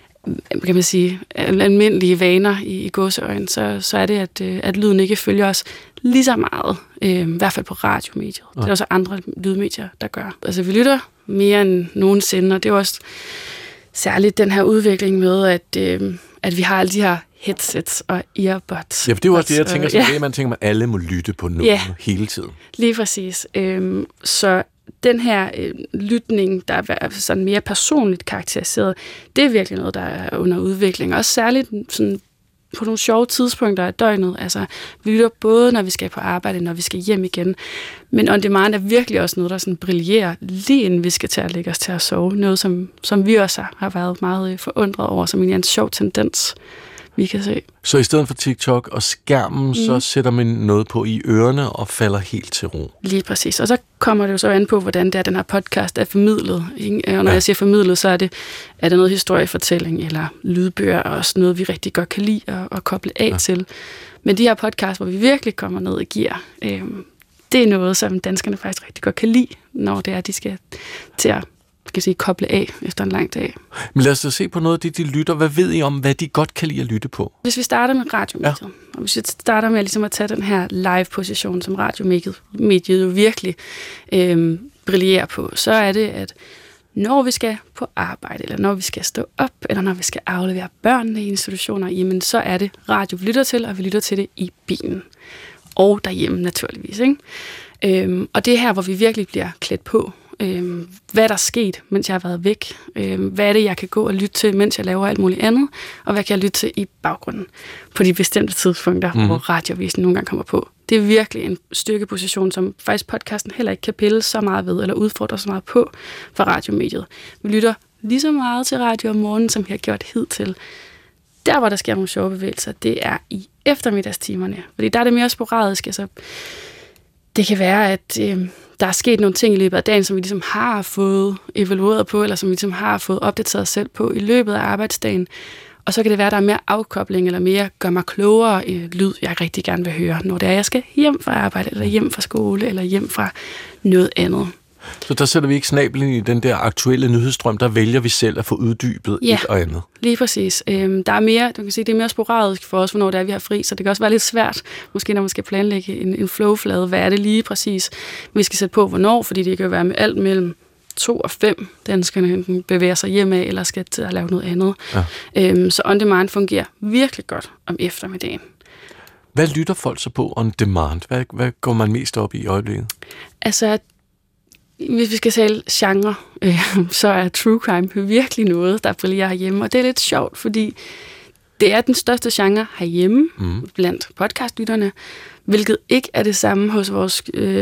kan man sige, almindelige vaner i gåseøjne, så er det, at lyden ikke følger os lige så meget, i hvert fald på radiomediet. Ja. Det er også andre lydmedier, der gør. Altså, vi lytter mere end nogensinde, og det er også særligt den her udvikling med, at vi har alle de her headsets og earbuds. Ja, for det er jo også det, jeg tænker, så det man tænker, at alle må lytte på noget hele tiden. Lige præcis. Så den her lytning, der er sådan mere personligt karakteriseret, det er virkelig noget, der er under udvikling. Også særligt sådan på nogle sjove tidspunkter af døgnet. Altså, vi lytter både, når vi skal på arbejde, når vi skal hjem igen. Men on demand er virkelig også noget, der sådan brillerer lige inden vi skal til at lægge os til at sove. Noget, som vi også har været meget forundret over, som en sjov tendens, vi kan se. Så i stedet for TikTok og skærmen, så sætter man noget på i ørerne og falder helt til ro. Lige præcis. Og så kommer det jo så an på, hvordan det er, den her podcast er formidlet. Og når jeg siger formidlet, så er det noget historiefortælling eller lydbøger, og også noget, vi rigtig godt kan lide at koble af til. Men de her podcasts, hvor vi virkelig kommer ned i gear, det er noget, som danskerne faktisk rigtig godt kan lide, når det er, de skal til at koble af efter en lang dag. Men lad os da se på noget af det, de lytter. Hvad ved I om, hvad de godt kan lide at lytte på? Hvis vi starter med radiomediet, og hvis vi starter med ligesom at tage den her live-position, som radiomediet jo virkelig brillerer på, så er det, at når vi skal på arbejde, eller når vi skal stå op, eller når vi skal aflevere børnene i institutioner, jamen så er det radio, vi lytter til, og vi lytter til det i bilen. Og derhjemme naturligvis, ikke? Og det er her, hvor vi virkelig bliver klædt på. Hvad der er sket, mens jeg har været væk. Hvad er det, jeg kan gå og lytte til, mens jeg laver alt muligt andet. Og hvad kan jeg lytte til i baggrunden på de bestemte tidspunkter, hvor radiovisen nogle gange kommer på. Det er virkelig en styrkeposition, som faktisk podcasten heller ikke kan pille så meget ved, eller udfordre så meget på for radiomediet. Vi lytter lige så meget til radio om morgenen, som vi har gjort hidtil. Der, hvor der sker nogle sjove bevægelser, det er i eftermiddagstimerne. Fordi der er det mere sporadisk. Altså, det kan være, at der er sket nogle ting i løbet af dagen, som vi ligesom har fået evalueret på, eller som vi ligesom har fået opdateret selv på i løbet af arbejdsdagen. Og så kan det være, at der er mere afkobling, eller mere gør mig klogere lyd, jeg rigtig gerne vil høre, når det er, jeg skal hjem fra arbejde, eller hjem fra skole, eller hjem fra noget andet. Så der sætter vi ikke snablen i den der aktuelle nyhedsstrøm, der vælger vi selv at få uddybet et og andet. Lige præcis. Der er mere, du kan sige, det er mere sporadisk for os, hvornår det er, vi har fri, så det kan også være lidt svært, måske når man skal planlægge en flowflade, hvad er det lige præcis, vi skal sætte på, hvornår, fordi det kan jo være med alt mellem 2 og 5, danskerne enten bevæger sig hjem af, eller skal til at lave noget andet. Ja. Så on demand fungerer virkelig godt om eftermiddagen. Hvad lytter folk så på on demand? Hvad går man mest op i øjeblikket? Altså, hvis vi skal tale genre, så er true crime virkelig noget, der brillerer herhjemme. Og det er lidt sjovt, fordi det er den største genre herhjemme blandt podcastlytterne, hvilket ikke er det samme hos vores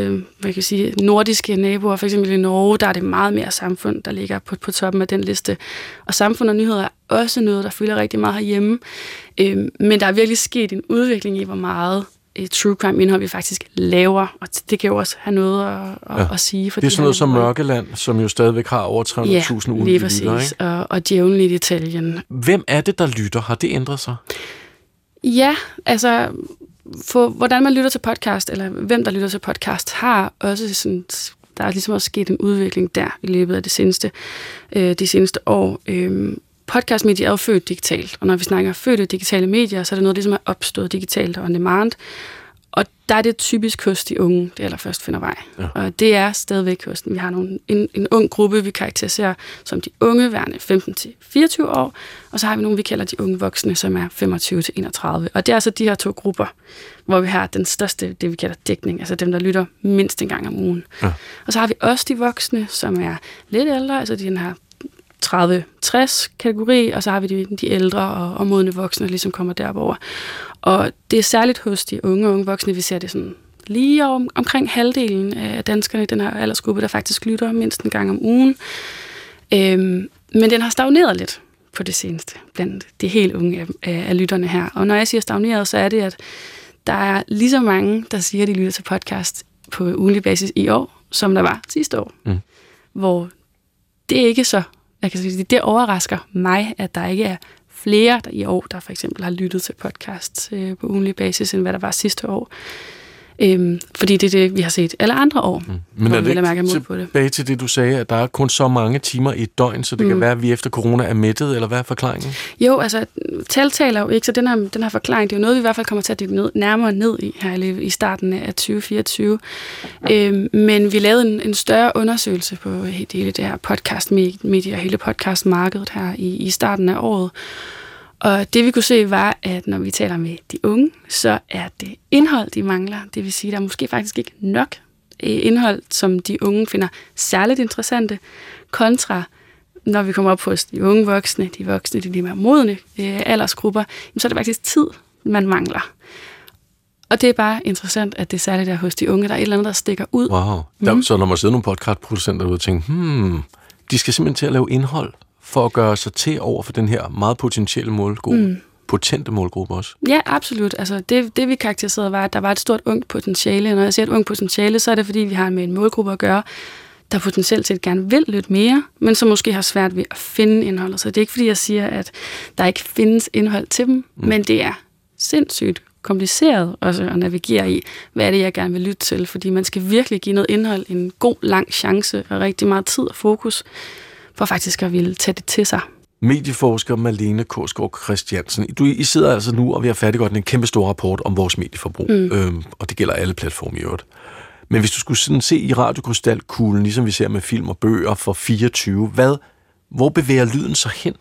nordiske naboer. For eksempel i Norge, der er det meget mere samfund, der ligger på toppen af den liste. Og samfund og nyheder er også noget, der fylder rigtig meget herhjemme. Men der er virkelig sket en udvikling i, hvor meget true crime indhold vi faktisk laver, og det kan jo også have noget at sige. Det er sådan noget som Mørkeland, som jo stadigvæk har over 300.000 ugentlige lyttere, ikke? Og Djævlen i Italien. Hvem er det, der lytter? Har det ændret sig? Ja, altså for hvordan man lytter til podcast, eller hvem der lytter til podcast, har også sådan, der er ligesom også sket en udvikling der i løbet af de seneste år. Podcastmedier er jo født digitalt, og når vi snakker fødte digitale medier, så er det noget, der ligesom er opstået digitalt og on demand. Og der er det typisk hos de unge, det allerførst finder vej. Ja. Og det er stadigvæk hos dem. Vi har en ung gruppe, vi karakteriserer som de unge, værende 15-24 år, og så har vi nogle, vi kalder de unge voksne, som er 25-31. Og det er altså de her 2 grupper, hvor vi har den største, det vi kalder dækning, altså dem, der lytter mindst en gang om ugen. Ja. Og så har vi også de voksne, som er lidt ældre, altså den her 30-60 kategori, og så har vi de ældre og modne voksne, der ligesom kommer derover. Og det er særligt hos de unge voksne, vi ser det sådan lige omkring halvdelen af danskerne i den her aldersgruppe, der faktisk lytter mindst en gang om ugen. Men den har stagneret lidt på det seneste, blandt de helt unge af lytterne her. Og når jeg siger stagneret, så er det, at der er lige så mange, der siger, at de lytter til podcast på ugentlig basis i år, som der var sidste år. Hvor det er ikke så. Jeg kan sige, det overrasker mig, at der ikke er flere der i år, der for eksempel har lyttet til podcast på ugentlig basis, end hvad der var sidste år. Fordi det er det, vi har set alle andre år. Men er det ikke tilbage til det, du sagde, at der er kun så mange timer i et døgn, så det kan være, at vi efter corona er mættet, eller hvad er forklaringen? Jo, altså, tal taler jo ikke, så den her forklaring, det er jo noget, vi i hvert fald kommer til at dykke nærmere ned i her i starten af 2024. Men vi lavede en større undersøgelse på hele det her podcastmedie og hele podcastmarkedet her i starten af året. Og det vi kunne se var, at når vi taler med de unge, så er det indhold, de mangler. Det vil sige, at der er måske faktisk ikke nok indhold, som de unge finder særligt interessante, kontra når vi kommer op hos de unge voksne, de lige mere modne aldersgrupper, så er det faktisk tid, man mangler. Og det er bare interessant, at det er særligt der hos de unge, der er et eller andet, der stikker ud. Wow. Så når man sidder nogle podcastproducenter og tænker, de skal simpelthen til at lave indhold, for at gøre sig til over for den her meget potentielle målgruppe, potente målgruppe også. Ja, absolut. Altså det vi karakteriserede var, at der var et stort ungt potentiale. Når jeg siger et ungt potentiale, så er det fordi, vi har med en målgruppe at gøre, der potentielt set gerne vil lidt mere, men som måske har svært ved at finde indholdet. Så det er ikke fordi, jeg siger, at der ikke findes indhold til dem, men det er sindssygt kompliceret også at navigere i, hvad er det, jeg gerne vil lytte til, fordi man skal virkelig give noget indhold en god, lang chance og rigtig meget tid og fokus, for faktisk at ville tage det til sig. Medieforsker Malene Korsgaard Christiansen. I sidder altså nu og vi har færdiggjort en kæmpe stor rapport om vores medieforbrug, og det gælder alle platforme i øvrigt. Men hvis du skulle sådan se i radiokrystalkuglen, ligesom vi ser med film og bøger for 24, hvor bevæger lyden sig hen?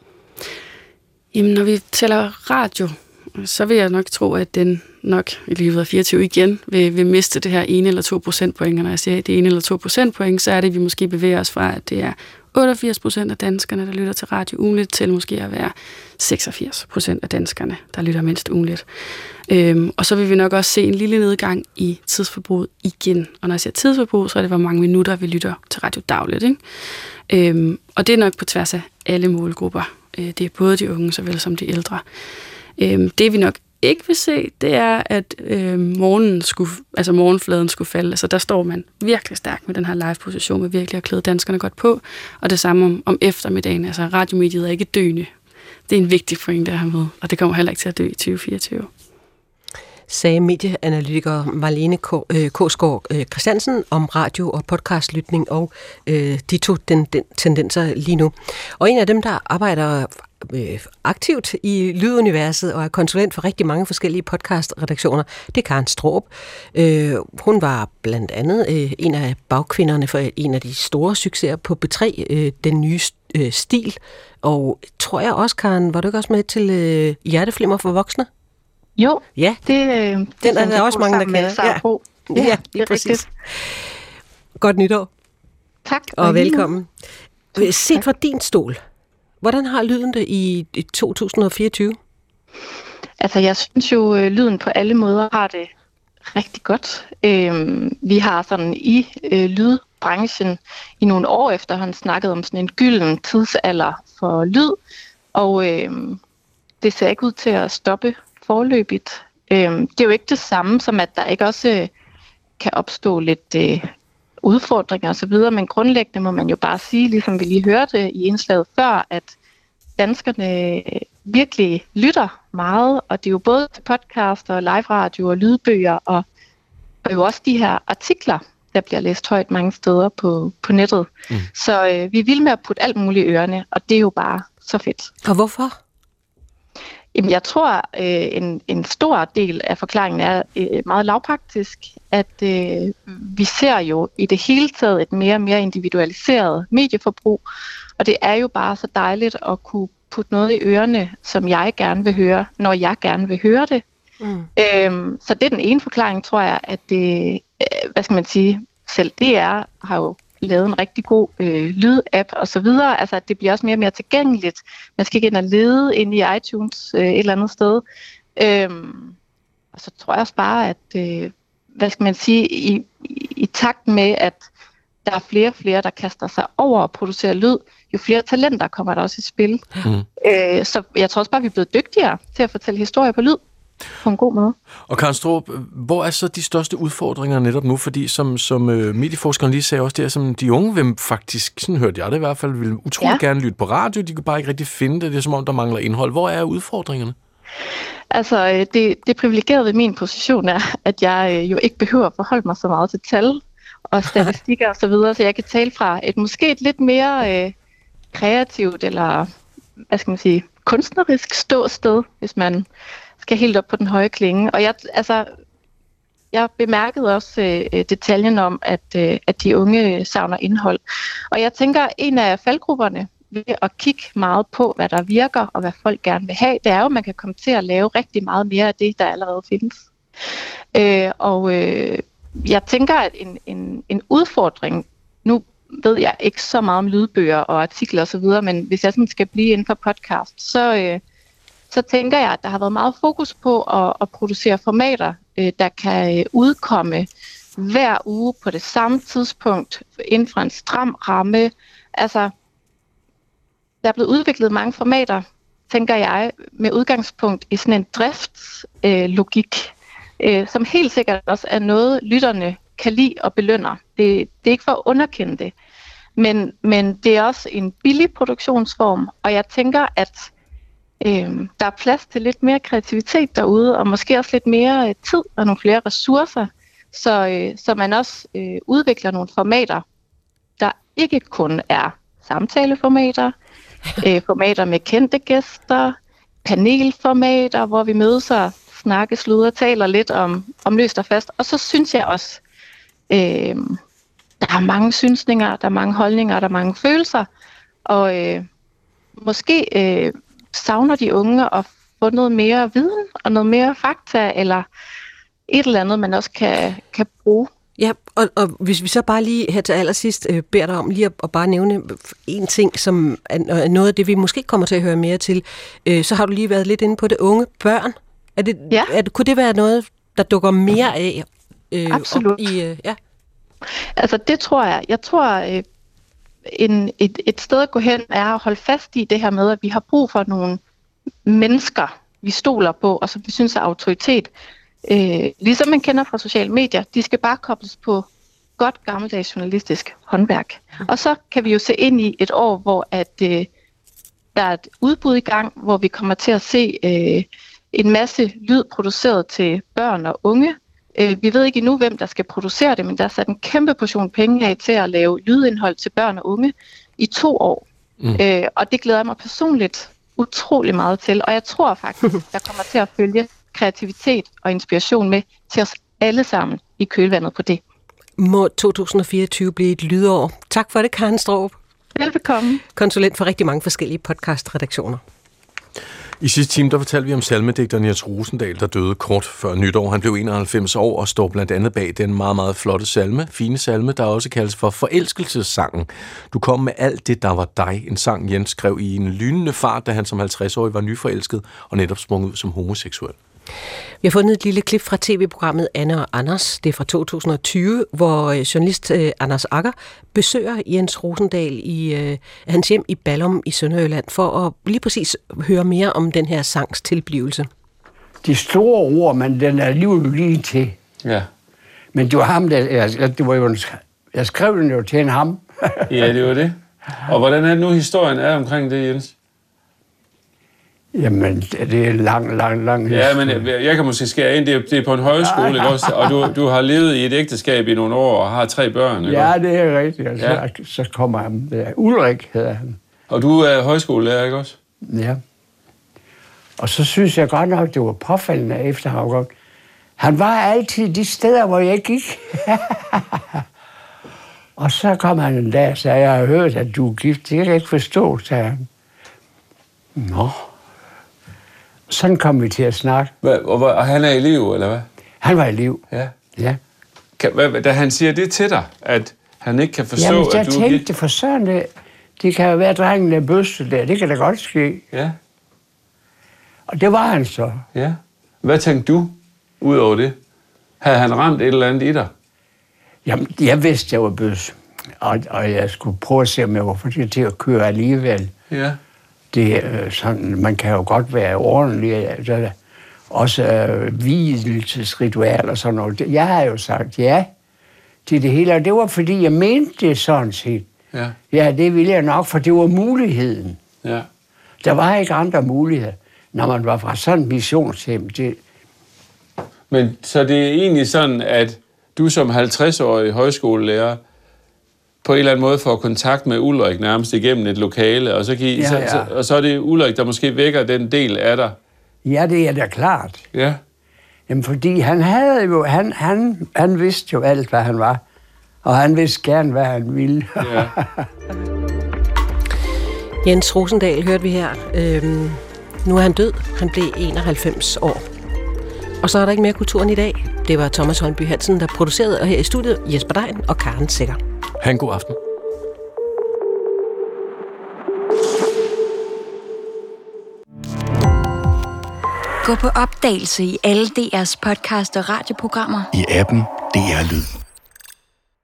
Jamen, når vi tæller radio, så vil jeg nok tro, at den nok i løbet af 24 igen vil miste det her 1 eller 2 procentpoint. Og når jeg siger, at det er 1 eller 2 procentpoint, så er det, at vi måske bevæger os fra, at det er 88% af danskerne, der lytter til radio ugenligt, til måske at være 86% af danskerne, der lytter mindst ugenligt. Og så vil vi nok også se en lille nedgang i tidsforbruget igen. Og når jeg siger tidsforbrug, så er det, hvor mange minutter vi lytter til radio dagligt. Ikke? Og det er nok på tværs af alle målgrupper. Det er både de unge, såvel som de ældre. Det vi nok ikke vil se, det er, at morgenfladen skulle falde. Altså der står man virkelig stærkt med den her live-position, med virkelig at klæde danskerne godt på. Og det samme om eftermiddagen. Altså radiomediet er ikke døende. Det er en vigtig pointe at have med, og det kommer heller ikke til at dø i 2024. Sagde medieanalytiker Malene Korsgaard Christiansen om radio- og podcastlytning og de 2 tendenser lige nu. Og en af dem, der arbejder aktivt i lyduniverset og er konsulent for rigtig mange forskellige podcastredaktioner. Det er Karen Straarup. Hun var blandt andet en af bagkvinderne for en af de store succeser på B3, Den Nye Stil. Og tror jeg også, Karen, var du ikke også med til Hjerteflimmer for voksne? Jo, ja. Den er der også mange, der kender. Ja, lige præcis. Rigtigt. Godt nytår. Tak. Og velkommen. Set fra din stol, hvordan har lyden det i 2024? Altså, jeg synes jo, lyden på alle måder har det rigtig godt. Vi har sådan i lydbranchen i nogle år efterhånden snakket om sådan en gylden tidsalder for lyd, og det ser ikke ud til at stoppe forløbigt. Det er jo ikke det samme som, at der ikke også kan opstå lidt udfordringer og så videre, men grundlæggende må man jo bare sige, ligesom vi lige hørte i indslaget før, at danskerne virkelig lytter meget, og det er jo både til podcast og live radio og lydbøger, og jo også de her artikler, der bliver læst højt mange steder på nettet. Så vi vil med at putte alt muligt i ørerne, og det er jo bare så fedt. Og hvorfor? Jamen, jeg tror, en stor del af forklaringen er meget lavpraktisk, at vi ser jo i det hele taget et mere og mere individualiseret medieforbrug, og det er jo bare så dejligt at kunne putte noget i ørerne, som jeg gerne vil høre, når jeg gerne vil høre det. Så det er den ene forklaring, tror jeg, at det, hvad skal man sige, selv DR har jo lavet en rigtig god lydapp og så videre. Altså, at det bliver også mere og mere tilgængeligt. Man skal ikke ind og lede ind i iTunes et eller andet sted. Og så tror jeg også bare, at hvad skal man sige, i takt med, at der er flere og flere, der kaster sig over at producere lyd, jo flere talenter kommer der også i spil. Så jeg tror også bare, vi er blevet dygtigere til at fortælle historier på lyd. På en god måde. Og Karen Straarup, hvor er så de største udfordringer netop nu? Fordi som medieforskeren lige sagde også, det er som de unge vil faktisk, sådan hørte jeg det i hvert fald, vil utrolig gerne lytte på radio, de kan bare ikke rigtig finde det, det er som om der mangler indhold. Hvor er udfordringerne? Altså, det privilegerede ved min position er, at jeg jo ikke behøver at forholde mig så meget til tal og statistikker og så videre, så jeg kan tale fra et lidt mere kreativt eller, hvad skal man sige, kunstnerisk ståsted, hvis man skal helt op på den høje klinge. Og jeg bemærkede også detaljen om, at de unge savner indhold. Og jeg tænker, en af faldgrupperne ved at kigge meget på, hvad der virker og hvad folk gerne vil have, det er jo, at man kan komme til at lave rigtig meget mere af det, der allerede findes. Jeg tænker, at en udfordring, nu ved jeg ikke så meget om lydbøger og artikler osv., men hvis jeg sådan skal blive inden for podcast, så tænker jeg, at der har været meget fokus på at producere formater, der kan udkomme hver uge på det samme tidspunkt inden for en stram ramme. Altså, der er blevet udviklet mange formater, tænker jeg, med udgangspunkt i sådan en driftslogik, som helt sikkert også er noget, lytterne kan lide og belønner. Det er ikke for at underkende det, men det er også en billig produktionsform, og jeg tænker, at der er plads til lidt mere kreativitet derude, og måske også lidt mere tid og nogle flere ressourcer, så man også udvikler nogle formater, der ikke kun er samtaleformater, formater med kendte gæster, panelformater, hvor vi mødes og snakker, sluder og taler lidt om løst og fast. Og så synes jeg også, der er mange synsninger, der er mange holdninger, der er mange følelser, og måske savner de unge at få noget mere viden og noget mere fakta, eller et eller andet, man også kan bruge. Ja, og hvis vi så bare lige her til allersidst beder dig om lige at bare nævne en ting, som er noget af det, vi måske kommer til at høre mere til, så har du lige været lidt inde på det, unge børn. Kunne det være noget, der dukker mere af? Absolut. Ja. Altså det tror jeg. Jeg tror, et sted at gå hen er at holde fast i det her med, at vi har brug for nogle mennesker, vi stoler på, og som vi synes er autoritet. Ligesom man kender fra sociale medier, de skal bare kobles på godt gammeldags journalistisk håndværk. Og så kan vi jo se ind i et år, hvor der er et udbud i gang, hvor vi kommer til at se en masse lyd produceret til børn og unge. Vi ved ikke endnu, hvem der skal producere det, men der er sat en kæmpe portion penge af til at lave lydindhold til børn og unge i 2 år. Og det glæder mig personligt utrolig meget til, og jeg tror faktisk, der kommer til at følge kreativitet og inspiration med til os alle sammen i kølvandet på det. Må 2024 blive et lydår. Tak for det, Karen Straarup. Velbekomme. Konsulent for rigtig mange forskellige podcastredaktioner. I sidste time, der fortalte vi om salmedigteren Jens Rosendal, der døde kort før nytår. Han blev 91 år og står blandt andet bag den meget, meget flotte salme, fine salme, der også kaldes for forelskelsessangen. Du kom med alt det, der var dig. En sang, Jens skrev i en lynende fart, da han som 50-årig var nyforelsket og netop sprunget ud som homoseksuel. Vi har fundet et lille klip fra tv-programmet Anne og Anders. Det er fra 2020, hvor journalist Anders Agger besøger Jens Rosendal i hans hjem i Ballum i Sønderjylland for at lige præcis høre mere om den her sangs tilblivelse. De store ord, men den er alligevel lige til. Ja. Men det var ham, jeg skrev den jo til en ham. Ja, det var det. Og hvordan er nu historien er omkring det, Jens? Jamen, det er lang Ja, men jeg kan måske skære ind. Det er på en højskole, ikke også? Og du har levet i et ægteskab i nogle år og har 3 børn, ikke? Ja, det er rigtigt. Ja. Så kommer han. Ulrik hedder han. Og du er højskolelærer, ikke også? Ja. Og så synes jeg godt nok, det var påfaldende efter afgang. Han var altid de steder, hvor jeg gik. Og så kom han en dag og sagde, jeg har hørt, at du er gift. Det kan jeg ikke forstå, sagde han. Nå. Sådan kom vi til at snakke. Og han er elev, eller hvad? Han var elev. Ja. Da han siger det til dig, at han ikke kan forstå, at du... jeg tænkte for sådan, det kan jo være drengen af bøsse der. Det kan da godt ske. Ja. Og det var han så. Ja. Hvad tænkte du ud over det? Havde han ramt et eller andet i dig? Jamen, jeg vidste, jeg var bøsse. Og jeg skulle prøve at se, om jeg var for det til at køre alligevel. Ja. Det er sådan, man kan jo godt være ordentlig, altså, også vielsesritual og sådan noget. Jeg har jo sagt ja til det hele, og det var fordi, jeg mente det sådan set. Ja. Ja, det ville jeg nok, for det var muligheden. Ja. Der var ikke andre muligheder, når man var fra sådan et missionshjem. Men så det er egentlig sådan, at du som 50-årig højskolelærer på en eller anden måde får kontakt med Ulrik nærmest igennem et lokale, og så er det Ulrik, der måske vækker den del af dig. Ja, det er da klart. Ja. Jamen, fordi han havde jo, han vidste jo alt, hvad han var, og han vidste gerne, hvad han ville. Ja. Jens Rosendal hørte vi her. Nu er han død. Han blev 91 år. Og så er der ikke mere kulturen i dag. Det var Thomas Holmby Hansen, der producerede, og her i studiet Jesper Dein og Karen Sækker. Ha' en god aften. Gå på opdagelse i alle DR's podcast og radioprogrammer. I appen DR Lyd.